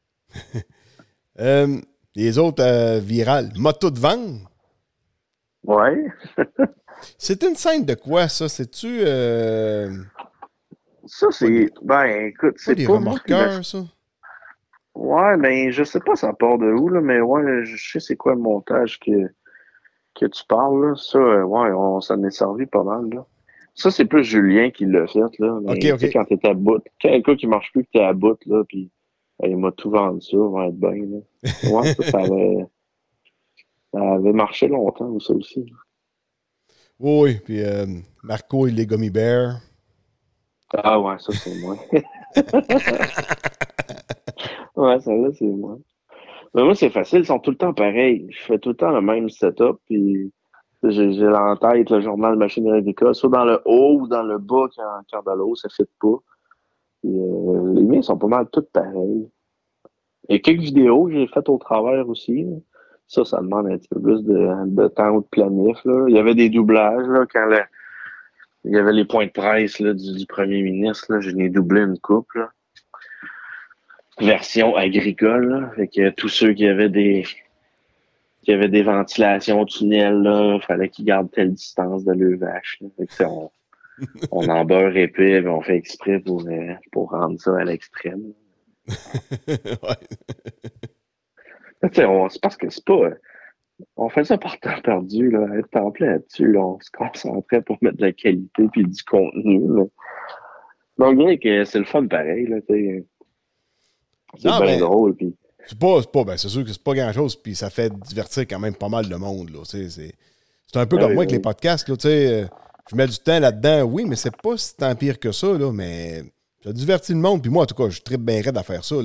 Euh, les autres euh, virales, moto de vente. Ouais. C'est une scène de quoi, ça? C'est-tu euh, Ça, pas c'est, des, ben, écoute, pas c'est des pas moi qui l'ai- remorqueurs, ça? Ouais, ben, je sais pas ça part de où, là, mais ouais, je sais c'est quoi le montage que, que tu parles, là. Ça, euh, ouais, on s'en est servi pas mal, là. Ça, c'est plus Julien qui l'a fait, là. OK, Mais, tu sais, OK. quand t'es à bout, quand un gars qui marche plus que t'es à bout, là, pis, ben, il m'a tout vendu ça, va être bien, là. Ouais, ça, ça avait, ça avait marché longtemps, ça aussi. Oui, puis euh, Marco et les Gummy Bears. Ah ouais, ça, c'est moi. Ouais, ça là, c'est moi. Mais moi, c'est facile, ils sont tout le temps pareils. Je fais tout le temps le même setup, puis j'ai j'ai en tête le journal Machine agricole, soit dans le haut ou dans le bas quand, quand dans le haut, ça ne fit pas. Puis, euh, les miens sont pas mal tous pareils. Il y a quelques vidéos que j'ai faites au travers aussi, là. Ça, ça demande un petit peu plus de, de temps ou de planif, là. Il y avait des doublages, là, quand le- il y avait les points de presse là, du, du premier ministre, là, je l'ai doublé une coupe, là. Version agricole, là. Fait que tous ceux qui avaient des qui avaient des ventilations au tunnel, là, fallait qu'ils gardent telle distance de leur vache, là. Fait que ça, on, on en beurre épais, puis on fait exprès pour, euh, pour rendre ça à l'extrême. Ouais. Tu sais, on- c'est parce que c'est pas. On fait ça par temps perdu, là. Être temps plein là-dessus, là, on se concentrait pour mettre de la qualité puis du contenu, là. Donc, bien que c'est le fun pareil, là, tu sais. C'est Non, bien mais drôle, puis. c'est pas, c'est pas, ben, c'est sûr que c'est pas grand-chose, puis ça fait divertir quand même pas mal de monde, là. tu sais, C'est c'est un peu Ah comme oui, moi avec les oui. podcasts, là, tu sais. euh, Je mets du temps là-dedans, oui, mais c'est pas si tant pire que ça, là, mais ça divertit le monde, puis moi, en tout cas, je tripe bien raide à faire ça, là.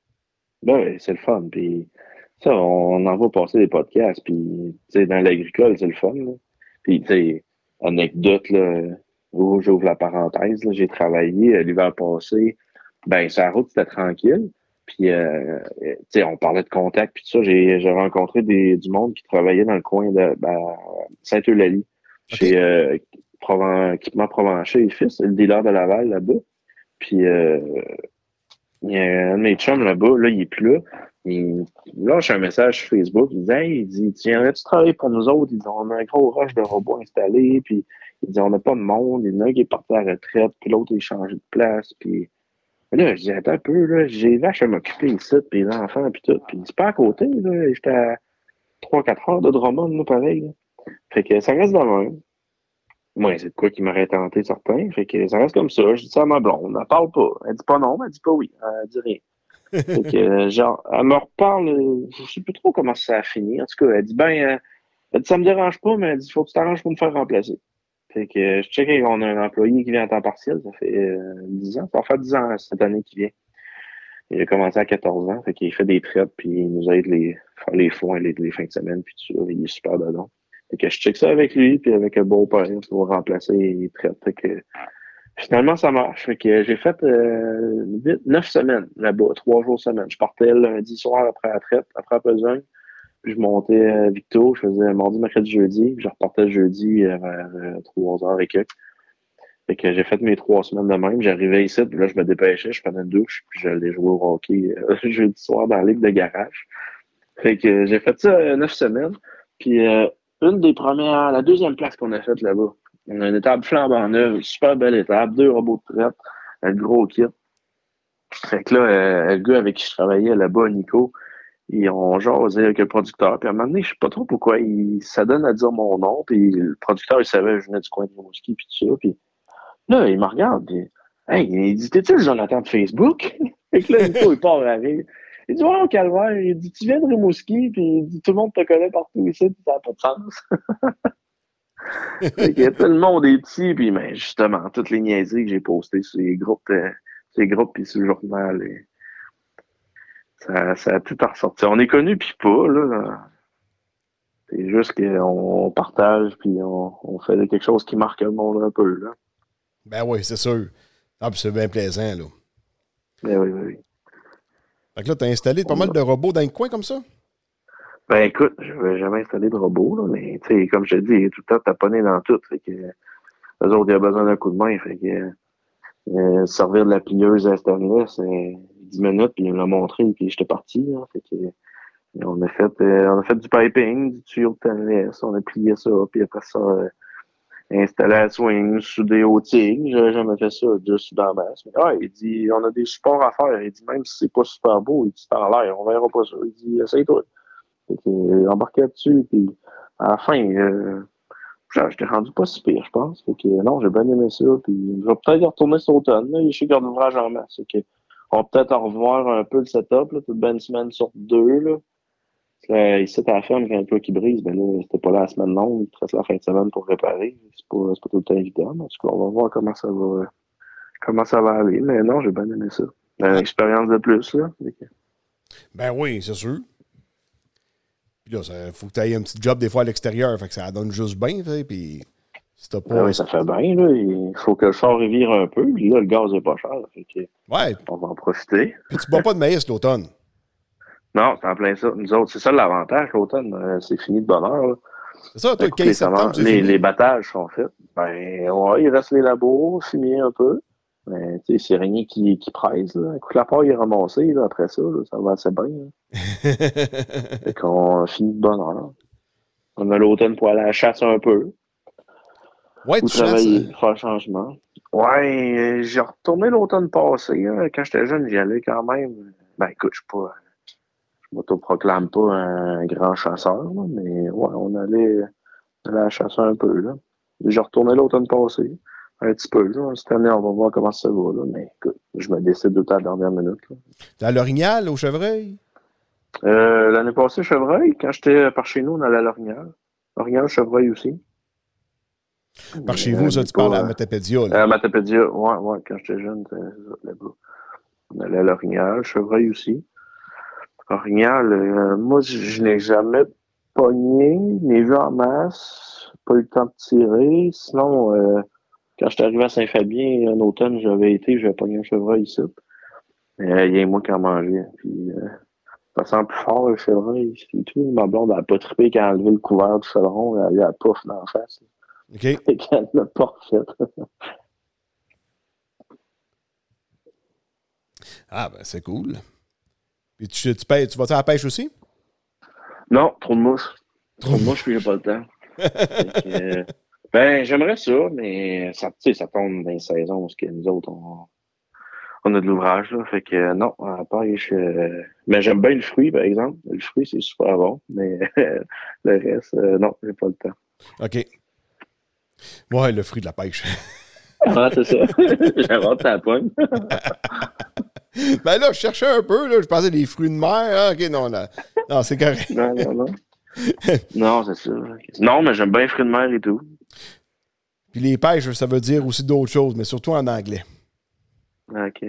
Ben, ouais, c'est le fun, puis ça, on en va passer des podcasts, puis, tu sais, dans l'agricole, c'est le fun, là. Puis, tu sais, anecdote, là, où j'ouvre la parenthèse, là, j'ai travaillé euh, l'hiver passé, ben, sur la route, c'était tranquille, puis, euh, euh, tu sais, on parlait de contact, puis tout ça, j'ai j'ai rencontré des, du monde qui travaillait dans le coin de ben, Saint-Eulalie, chez OK? euh, Proven- Équipement Provencher et Fils, le dealer de Laval, là-bas, puis, euh, il y a un de mes chums là-bas, là, il est plus là. Il lâche un message sur Facebook. Il dit, hey, il dit, tu viendrais-tu travailler pour nous autres? Il dit, on a un gros rush de robots installés. Puis, il dit, on n'a pas de monde. Il y en a un qui est parti à la retraite. Puis l'autre, il est changé de place. Puis, là, je dis, attends un peu, là. J'ai vache à m'occuper ici, puis les enfants, puis tout. Puis, c'est pas à côté, là. J'étais à trois quatre heures de Drummond, là, pareil, là. Fait que ça reste dans le même. Moi, c'est de quoi qui m'aurait tenté certain. Fait que ça reste comme ça. Je dis ça à ma blonde. Elle parle pas. Elle dit pas non, mais elle dit pas oui. Elle dit rien. Fait que, euh, genre, elle me reparle, euh, je sais plus trop comment ça a fini. En tout cas, elle dit, ben, euh, elle dit, ça me dérange pas, mais elle dit, faut que tu t'arranges pour me faire remplacer. Fait que, euh, je check qu'on a un employé qui vient à temps partiel, ça fait euh, dix ans, ça va faire dix ans cette année qui vient. Il a commencé à quatorze ans, fait qu'il fait des traites, puis il nous aide les, faire les foins, les, les fins de semaine, puis tout ça, il est super dedans. Fait que je check ça avec lui, puis avec un beau père pour remplacer les traites. Fait que, finalement, ça marche. Fait que j'ai fait euh, neuf semaines là-bas, trois jours semaine. Je partais lundi soir après la traite, après la besogne. Puis je montais à Victo, je faisais mardi, mercredi, jeudi. Puis je repartais jeudi euh, vers euh, trois heures et quelques. Fait que j'ai fait mes trois semaines de même. J'arrivais ici, puis là, je me dépêchais, je prenais une douche, puis j'allais jouer au hockey euh, jeudi soir dans la ligue de garage. Fait que euh, j'ai fait ça euh, neuf semaines. Puis euh, une des premières, la deuxième place qu'on a faite là-bas. On a une étable flambant neuve, une super belle étable, deux robots de traite, un gros kit. Fait que là, euh, le gars avec qui je travaillais là-bas, Nico, ils ont jasé avec le producteur. Puis à un moment donné, je sais pas trop pourquoi il s'adonne à dire mon nom. Puis le producteur, il savait que je venais du coin de Rimouski, puis tout ça. Puis là, il me regarde, puis hey, il dit, t'es-tu le Jonathan de Facebook? Fait que là, Nico, il part à rire. Il dit, ouais, au calvaire, il dit, tu viens de Rimouski, puis il dit, tout le monde te connaît partout ici, puis ça n'a pas de sens. Fait que tout le monde est petit, puis ben, justement, toutes les niaiseries que j'ai postées sur les groupes, euh, sur les groupes puis sur le journal, et ça, ça a tout à ressortir. On est connus, puis pas, là. C'est juste qu'on partage, puis on, on fait quelque chose qui marque le monde un peu, là. Ben oui, c'est sûr. Ah, puis c'est bien plaisant, là. Ben oui, oui, oui. Fait que là, t'as installé pas mal de robots dans le coin comme ça? Ben écoute, je vais jamais installer de robot, là, mais tu sais, comme je te dis, il est tout le temps taponné dans tout. Fait que eux autres, il a besoin d'un coup de main. Fait que euh, servir de la plieuse à stainless, c'est dix minutes, puis il me l'a montré, puis j'étais parti. Là, fait que on a fait euh, on a fait du piping, du tuyau de stainless, on a plié ça, puis après ça, euh, installé à swing, soudé au tigre. J'avais jamais fait ça, juste dans la masse. Mais ah, il dit, on a des supports à faire. Il dit, même si c'est pas super beau, il dit, c'est en l'air, on verra pas ça. Il dit, essaye-toi. Fait que, euh, embarqué là-dessus, puis à la fin, euh, j'étais rendu pas si pire, je pense. Fait que non, j'ai bien aimé ça, puis je vais peut-être y retourner cet automne. Là. Il est chez Garde d'ouvrage en masse. Fait que on va peut-être en revoir un peu le setup, là, toute bien une semaine sur deux. Là. Là, ici, à la ferme, quand il y a un peu qui brise, ben là, c'était pas là la semaine longue, il te reste la fin de semaine pour réparer. C'est pas, c'est pas tout le temps évident. En tout cas, on va voir comment ça va comment ça va aller. Mais non, j'ai bien aimé ça. Une expérience de plus, là. Ben oui, c'est sûr. Puis là, il faut que tu aies un petit job des fois à l'extérieur, fait que ça donne juste bien, tu sais, puis si t'as pas... Ben oui, ça fait bien, là. Il faut que le char vire un peu, puis là, le gaz est pas cher, fait que ouais. On va en profiter. Puis tu bois pas de maïs l'automne. Non, c'est en plein ça. Nous autres, c'est ça l'avantage, l'automne, euh, c'est fini de bonne heure, là. C'est ça, toi, le quinze septembre, c'est les, fini. les battages sont faits. Ben, ouais, il reste les labos, fumier un peu. Mais, tu sais, c'est rien qui, qui presse, là. Écoute, la part est ramassée, là, après ça, là, ça va assez bien, là. Fait qu'on finit de bonne heure. On a l'automne pour aller à la chasse un peu. Ouais, ou tu travailler, chasses. faire changement. Ouais, j'ai retourné l'automne passé, hein. Quand j'étais jeune, j'y allais quand même. Ben, écoute, je suis pas... Je m'autoproclame pas un grand chasseur, là, mais ouais, on allait, on allait à la chasse un peu, là. J'ai retourné l'automne passé, un petit peu, là. Cette année, on va voir comment ça va, là. Mais écoute, je me décide tout à la dernière minute, là. T'es à l'Orignal, au Chevreuil? Euh, l'année passée, Chevreuil, quand j'étais par chez nous, on allait à l'Orignal. L'Orignal, Chevreuil aussi. Par chez vous, ça, tu parles à Matapédia, là. À Matapédia, ouais, ouais, quand j'étais jeune, là-bas. On allait à l'Orignal, Chevreuil aussi. Orignal, euh, moi, je, je n'ai jamais pogné, mais vu en masse, pas eu le temps de tirer. Sinon, euh, quand j'étais arrivé à Saint-Fabien, en automne, j'avais été, j'avais pogné un chevreuil ici. Euh, il y a moi qui en mangeais. Puis, euh, ça sent plus fort, le chevreuil, c'est tout. Ma blonde, elle n'a pas trippé quand elle a enlevé le couvert du chaudron, elle a eu la pouffe dans la face. OK. Et qu'elle l'a pas refait. Ah, ben, c'est cool. Puis tu, tu, pêches, tu vas-tu à la pêche aussi? Non, trop de mouches. Trop de mouches, puis j'ai pas le temps. que, euh, ben, j'aimerais ça, mais ça, ça tombe dans les saisons parce que nous autres, on, on a de l'ouvrage, là. Fait que euh, non, à la pêche. Euh, mais j'aime bien le fruit, par exemple. Le fruit, c'est super bon. Mais le reste, euh, non, j'ai pas le temps. OK. Ouais, le fruit de la pêche. Ah, c'est ça. J'invente ta pogne. Ben là, je cherchais un peu, là, je pensais des fruits de mer. Ah, OK, non, là. Non, c'est correct. Non, non, non. Non, c'est ça. Non, mais j'aime bien les fruits de mer et tout. Puis les pêches, ça veut dire aussi d'autres choses, mais surtout en anglais. OK.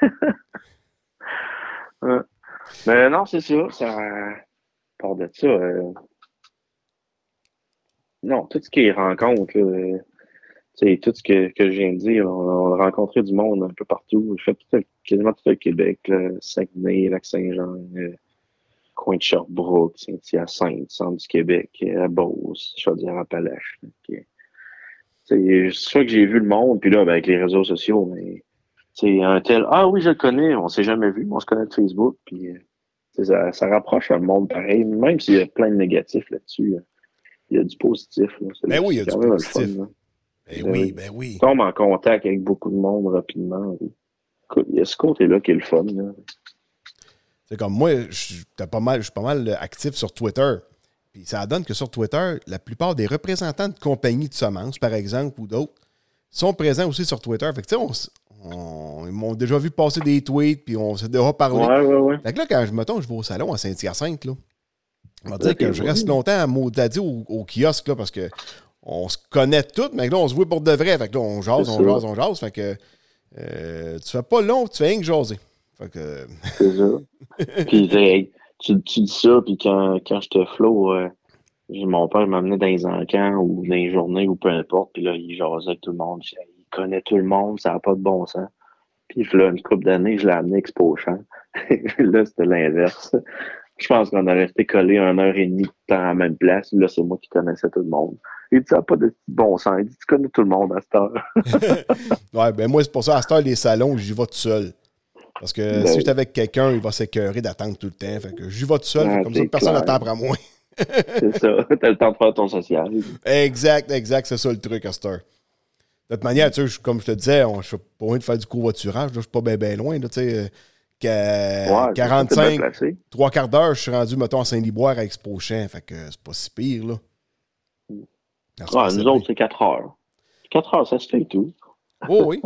Ouais. Mais non, c'est ça. Ça part de ça. Euh... Non, tout ce qui est rencontre, là, c'est tout ce que, que je viens de dire. On, on a rencontré du monde un peu partout. Je fais tout, quasiment tout le Québec, là, Saguenay, Lac-Saint-Jean, euh, coin de Sherbrooke, Saint-Hyacinthe, centre du Québec, à Beauce, Chaudière-Appalaches. C'est sûr que j'ai vu le monde, puis là, ben, avec les réseaux sociaux, mais c'est un tel, ah oui, je le connais, on s'est jamais vu, on se connaît de Facebook, puis ça, ça rapproche le monde pareil, même s'il y a plein de négatifs là-dessus, il y a du positif. Là. Ben oui, il y a du positif. Fun, ben ben oui, ben oui. Tu tombes en contact avec beaucoup de monde rapidement. Écoute, il y a ce côté-là qui est le fun. Là. C'est comme moi, je, t'as pas mal, je suis pas mal actif sur Twitter. Puis ça donne que sur Twitter, la plupart des représentants de compagnies de semences, par exemple, ou d'autres, sont présents aussi sur Twitter. Fait que tu sais, on, on ils m'ont déjà vu passer des tweets, puis on s'est déjà parlé. Ouais, ouais, ouais. Fait que là, quand je mettons, je vais au salon à Saint-Hyacinthe, là, on va Ouais, dire que t'es je vrai. reste longtemps à Maudadie au, au kiosque, là, parce que on se connaît tous, mais là, on se voit pour de vrai. Fait que là, on jase, C'est on ça. jase, on jase. Fait que euh, tu fais pas long, tu fais rien que jaser. Fait que. C'est ça. Puis hey, tu, tu dis ça, puis quand, quand je te flow, euh, j'ai- mon père m'amenait dans les encans ou dans les journées ou peu importe, puis là, il jasait avec tout le monde. Puis, il connaît tout le monde, ça n'a pas de bon sens. Puis là, une couple d'années, je l'ai amené Expo Champ. Là, c'était l'inverse. Je pense qu'on a resté collé une heure et demie de temps à la même place. Là, c'est moi qui connaissais tout le monde. Il dit, ça n'a pas de bon sens. Il dit, tu connais tout le monde à cette heure. Ouais, ben moi, c'est pour ça, à cette heure, les salons, j'y vais tout seul. Parce que Ben si oui. j'étais avec quelqu'un, il va s'écœurer d'attendre tout le temps. Fait que j'y vais tout seul. Ah, Fait que comme ça, c'est personne clair. n'attend après moi. C'est ça. T'as le temps de faire ton social. Exact, exact. C'est ça le truc à cette heure. De toute manière, tu sais, je- comme je te disais, on, je suis pas loin de faire du covoiturage. Là, je suis pas bien ben loin. Là, tu sais, euh, qu'à Ouais, t'es bien quarante-cinq, placé. trois quarts d'heure, je suis rendu, mettons, à Saint-Liboire à Expo-Champ. Fait que c'est pas si pire, là. Ça se Ouais, passait nous bien. autres, c'est quatre heures. quatre heures, ça se fait et tout. Oh oui.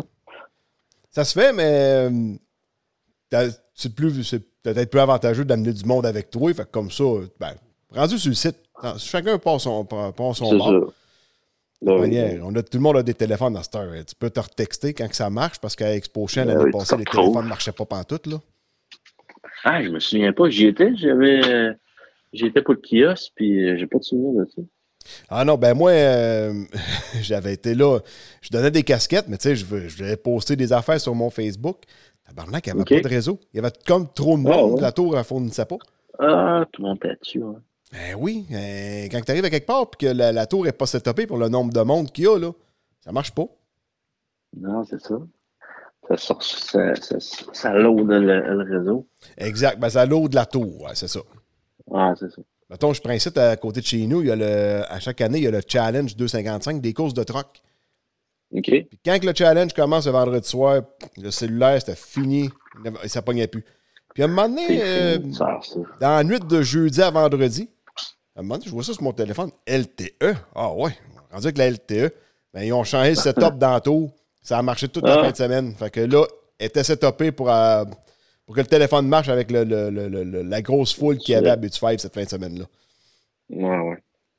Ça se fait, mais euh, t'as- c'est plus, c'est peut-être plus avantageux d'amener du monde avec toi. Fait que comme ça, ben, rendu sur le site, chacun passe son, passe son C'est bord. ça. De Ben toute oui, manière, on a, tout le monde a des téléphones à cette heure. Tu peux te retexter quand que ça marche, parce qu'à Expo Champ, Ben l'année oui, tu passée, te les retrouves. téléphones ne marchaient pas pantoute, là. Ah, je me souviens pas. J'y étais. J'avais, euh, j'y étais pour le kiosque, puis euh, j'ai pas de souvenir de ça. Ah non, ben moi, euh, j'avais été là. Je donnais des casquettes, mais tu sais, je, veux- je devais poster des affaires sur mon Facebook. Tabarnak, il n'y avait OK. pas de réseau. Il y avait comme trop de Ah, monde. ouais. La tour, elle fournissait pas. Ah, tout le monde était dessus. Ouais. Ben oui, euh, quand tu arrives à quelque part et que la, la tour n'est pas setupée pour le nombre de monde qu'il y a, là, ça marche pas. Non, c'est ça. Ça, sort, ça, ça, ça load le, le réseau. Exact. Ben, ça load la tour, ouais, c'est ça. Ah, c'est ça. Mettons, je prends ici à côté de chez nous, il y a le, à chaque année, il y a le Challenge deux cent cinquante-cinq des courses de troc. OK. Puis quand que le challenge commence le vendredi soir, le cellulaire, c'était fini. Ça pognait plus. Puis à un moment donné, C'est euh, fini, ça, ça. dans la nuit de jeudi à vendredi, à un moment donné, je vois ça sur mon téléphone. L T E. Ah ouais. Rendu avec la L T E. Ben, ils ont changé le setup dans le tour. Ça a marché toute la Ah. fin de semaine. Fait que là, elle était setupé pour, euh, pour que le téléphone marche avec le, le- le- le- le- la grosse foule qu'il y avait à But cinq cette fin de semaine-là. Ouais, ouais.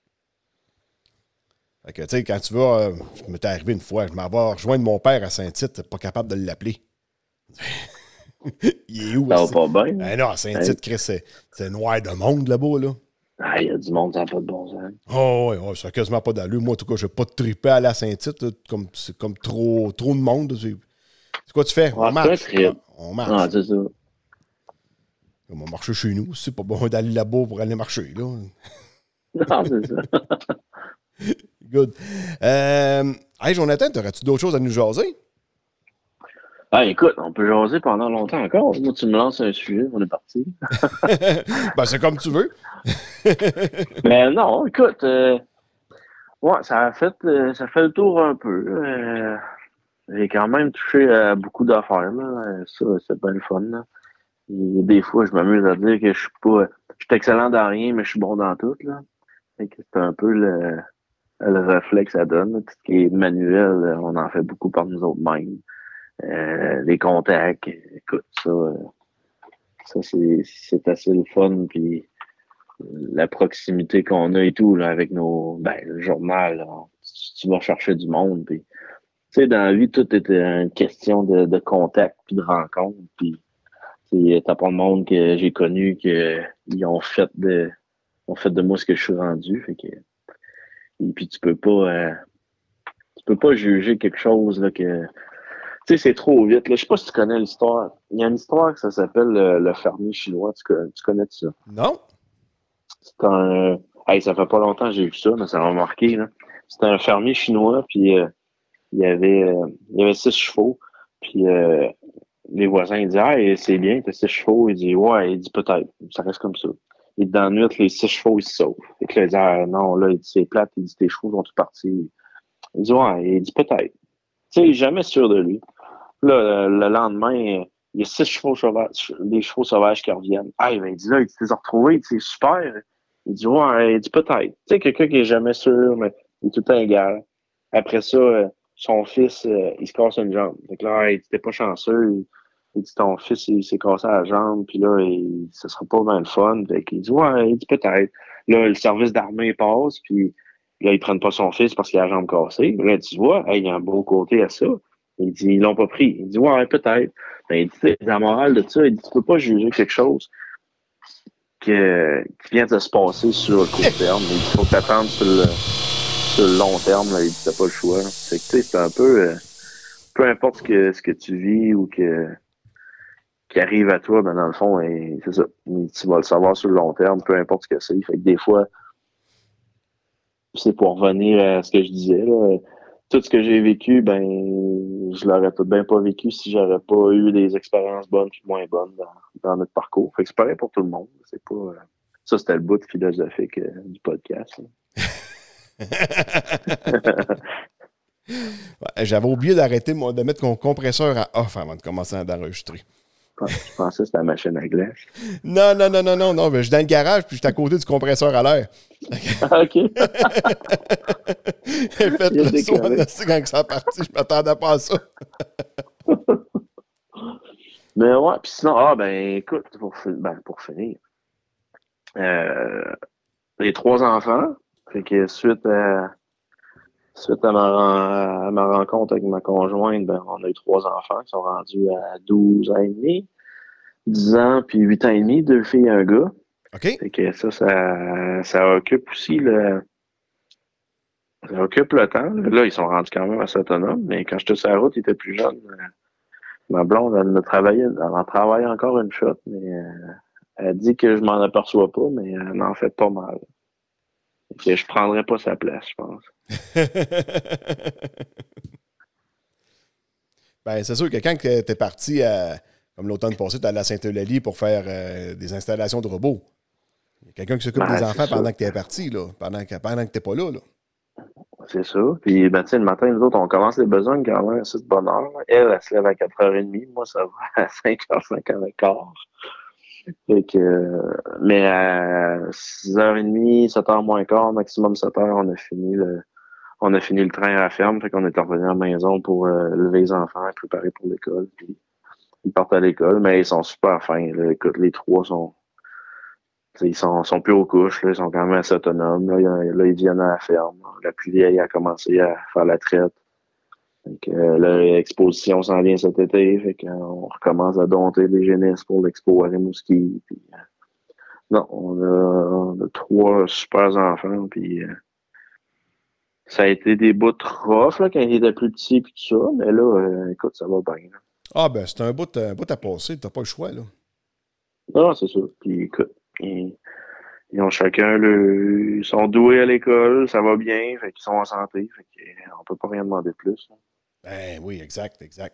Fait que, tu sais, quand tu vas, euh, je m'étais arrivé une fois, je m'en vais rejoindre mon père à Saint-Tite, pas capable de l'appeler. Il est où? Ça va c'est- pas bien. Ben non, à Saint-Tite, Chris, c'est, c'est noir de monde là-bas, là. Ah, il y a du monde, ça n'a pas de bon sens. Oh, ouais, ouais, ça n'a quasiment pas d'allure. Moi, en tout cas, je vais pas te triper à la Saint-Tite, là, comme, c'est comme trop, trop de monde. C'est, c'est quoi tu fais? Ouais, On marche. c'est vrai, On Ah, marche. c'est ça. On va marcher chez nous. C'est pas bon d'aller là-bas pour aller marcher, là. Non, c'est ça. Good. Euh, hey, Jonathan, t'aurais-tu d'autres choses à nous jaser? Ah, écoute, on peut jaser pendant longtemps encore. Moi, tu me lances un sujet, on est parti. Ben, c'est comme tu veux. Mais non, écoute, euh, ouais, ça a fait, euh, ça fait le tour un peu. Euh, j'ai quand même touché à beaucoup d'affaires, là. Euh, Ça, c'est bien le fun, là. Et des fois, je m'amuse à dire que je suis pas, je suis excellent dans rien, mais je suis bon dans tout, là. Fait que c'est un peu le, le reflet que ça donne, là. Tout ce qui est manuel, on en fait beaucoup par nous autres mêmes. Euh, les contacts, écoute, ça, euh, ça c'est, c'est assez le fun, puis la proximité qu'on a et tout, là, avec nos, ben, le journal, là, tu, tu vas chercher du monde, puis, tu sais, dans la vie, tout est une question de, de contact, puis de rencontre, puis, tu sais, t'as pas de monde que j'ai connu que ils ont fait de, ont fait de moi ce que je suis rendu, fait que, et puis tu peux pas, euh, tu peux pas juger quelque chose, là, que, tu sais, c'est trop vite, là. Je sais pas si tu connais l'histoire. Il y a une histoire que ça s'appelle le, le fermier chinois. Tu, co- tu connais ça? Non? C'est un... Hey, ça fait pas longtemps que j'ai vu ça, mais ça m'a marqué, là. C'était un fermier chinois, puis euh, il y avait euh, il y avait six chevaux, puis euh, les voisins ils disaient « Hey, c'est bien, t'as six chevaux. » Il dit « Ouais. » Il dit « Peut-être. Ça reste comme ça. » Et dans la nuit, les six chevaux, ils se sauvent. Et que là, il dit « Ah, non, là, il dit, c'est plate. » Il dit « Tes chevaux vont tous partir. » Il dit « Ouais. » Il dit « Peut-être. » Tu sais, il est jamais sûr de lui. Là, le, le lendemain, il y a six chevaux sauvages, des chevaux sauvages qui reviennent. Ah, ben, il dit là, il dit, tu les as retrouvés, c'est super. Il dit, ouais, il dit peut-être. Tu sais, quelqu'un qui est jamais sûr, mais il est tout le temps égal. Après ça, euh, son fils, euh, il se casse une jambe. Donc là, hey, t'es pas chanceux. Il, il dit, ton fils, il s'est cassé la jambe, puis là, il, ce sera pas bien le fun. Fait qu'il dit, ouais, il dit peut-être. Là, le service d'armée passe, puis là, ils prennent pas son fils parce qu'il a la jambe cassée. Là, tu vois, hey, il y a un beau côté à ça. Il dit, ils l'ont pas pris. Il dit, ouais, peut-être. Ben, il dit, la morale de ça, il dit, tu peux pas juger quelque chose que, qui vient de se passer sur le court terme. Il dit, faut t'attendre sur le, sur le long terme. Là. Il dit, t'as pas le choix. Là. Fait que, tu sais, c'est un peu, euh, peu importe ce que, ce que tu vis ou que, qui arrive à toi, ben, dans le fond, et, c'est ça. Tu vas le savoir sur le long terme, peu importe ce que c'est. Fait que des fois, c'est pour revenir à ce que je disais, là. Tout ce que j'ai vécu, ben, je l'aurais tout bien pas vécu si j'aurais pas eu des expériences bonnes ou moins bonnes dans, dans notre parcours. Fait que c'est pareil pour tout le monde. C'est pas, euh, ça, c'était le bout philosophique euh, du podcast. Ouais, j'avais oublié d'arrêter moi, de mettre mon compresseur à off avant de commencer à enregistrer. Je pensais que c'était la machine à glace. Non, non, non, non, non, non. Je suis dans le garage puis je suis à côté du compresseur à l'air. OK. J'ai fait le saut quand ça a parti. Je m'attendais pas à ça. Mais ouais, puis sinon, ah ben écoute, pour, ben, pour finir, euh, les trois enfants, fait que suite à suite à ma, à ma rencontre avec ma conjointe, ben on a eu trois enfants qui sont rendus à douze ans et demi, dix ans, puis huit ans et demi, deux filles et un gars. OK. Fait que ça, ça, ça occupe aussi le. Ça occupe le temps. Là, ils sont rendus quand même assez autonomes, mais quand j'étais sur la route, ils étaient plus jeunes. Ma blonde, elle en travaillait, elle en travaille encore une shot, mais euh, elle dit que je m'en aperçois pas, mais elle en fait pas mal. Que je prendrais pas sa place, je pense. Ben, c'est sûr que quand tu es parti, à, comme l'automne passé, tu allé à Saint-Eulalie pour faire euh, des installations de robots. Il y a quelqu'un qui s'occupe Ben, des enfants ça. pendant que tu es parti, là, pendant que, pendant que tu n'es pas là. là. C'est ça. Puis, ben, tu sais, le matin, nous autres, on commence les besognes quand même assez de bonne heure. Elle, elle se lève à quatre heures trente. Moi, ça va à cinq heures, cinq heures quinze. Fait que, euh, mais à six heures trente, sept heures moins quart, maximum sept heures, on a fini le, on a fini le train à la ferme. Fait qu'on est revenu à la maison pour euh, lever les enfants et préparer pour l'école. Puis, ils partent à l'école, mais ils sont super fins. Là. Écoute, les trois sont, ils sont, sont plus aux couches, là. Ils sont quand même assez autonomes. Là, ils, là, ils viennent à la ferme. La plus vieille a commencé à faire la traite. Donc, euh, l'exposition s'en vient cet été. Fait qu'on recommence à dompter les génisses pour l'expo à Rimouski. Puis, euh, non, on a, on a trois super enfants. Puis, euh, ça a été des bouts rough là, quand ils étaient plus petits et tout ça. Mais là, euh, écoute, ça va bien. Là. Ah, ben, c'est un bout, un bout à passer. Tu n'as pas le choix, là. Non, c'est ça. Puis, écoute, ils, ils ont chacun le. Ils sont doués à l'école, ça va bien, fait qu'ils sont en santé. Fait qu'on peut pas rien demander de plus. Là. Ben oui, exact, exact.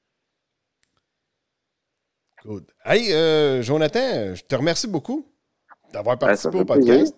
Good. Hey, euh, Jonathan, je te remercie beaucoup d'avoir participé ben, au podcast. Plaisir.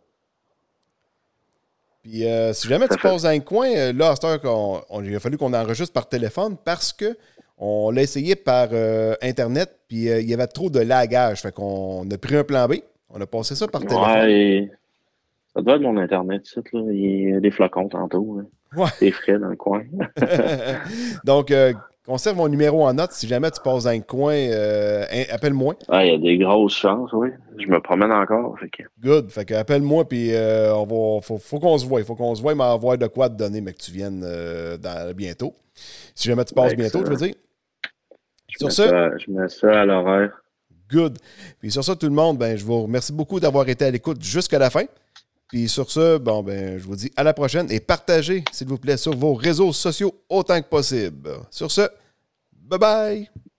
Puis euh, si jamais ça tu passes dans un coin, euh, là, à cette heure, qu'on, on, il a fallu qu'on enregistre par téléphone parce que on l'a essayé par euh, Internet, puis euh, il y avait trop de lagage. Fait qu'on a pris un plan B. On a passé ça par téléphone. Ouais, ça doit être mon Internet, ça, là. Il y a des flocons tantôt. Hein. Ouais. Des frais dans le coin. Donc, euh, conserve mon numéro en note. Si jamais tu passes dans un coin, euh, appelle-moi. Ah, il y a des grosses chances, oui. Je me promène encore. Fait que... Good. Fait que appelle-moi, puis euh, on va, faut, faut qu'on se voie. Il faut qu'on se voie, m'envoie de quoi te donner, mais que tu viennes euh, dans, bientôt. Si jamais tu passes ouais, bientôt, ça. je veux dire. Je sur mets ça, ça, je mets ça à l'horaire. Good. Puis sur ça, tout le monde, ben, je vous remercie beaucoup d'avoir été à l'écoute jusqu'à la fin. Puis sur ce, bon, ben, je vous dis à la prochaine et partagez, s'il vous plaît, sur vos réseaux sociaux autant que possible. Sur ce, bye bye!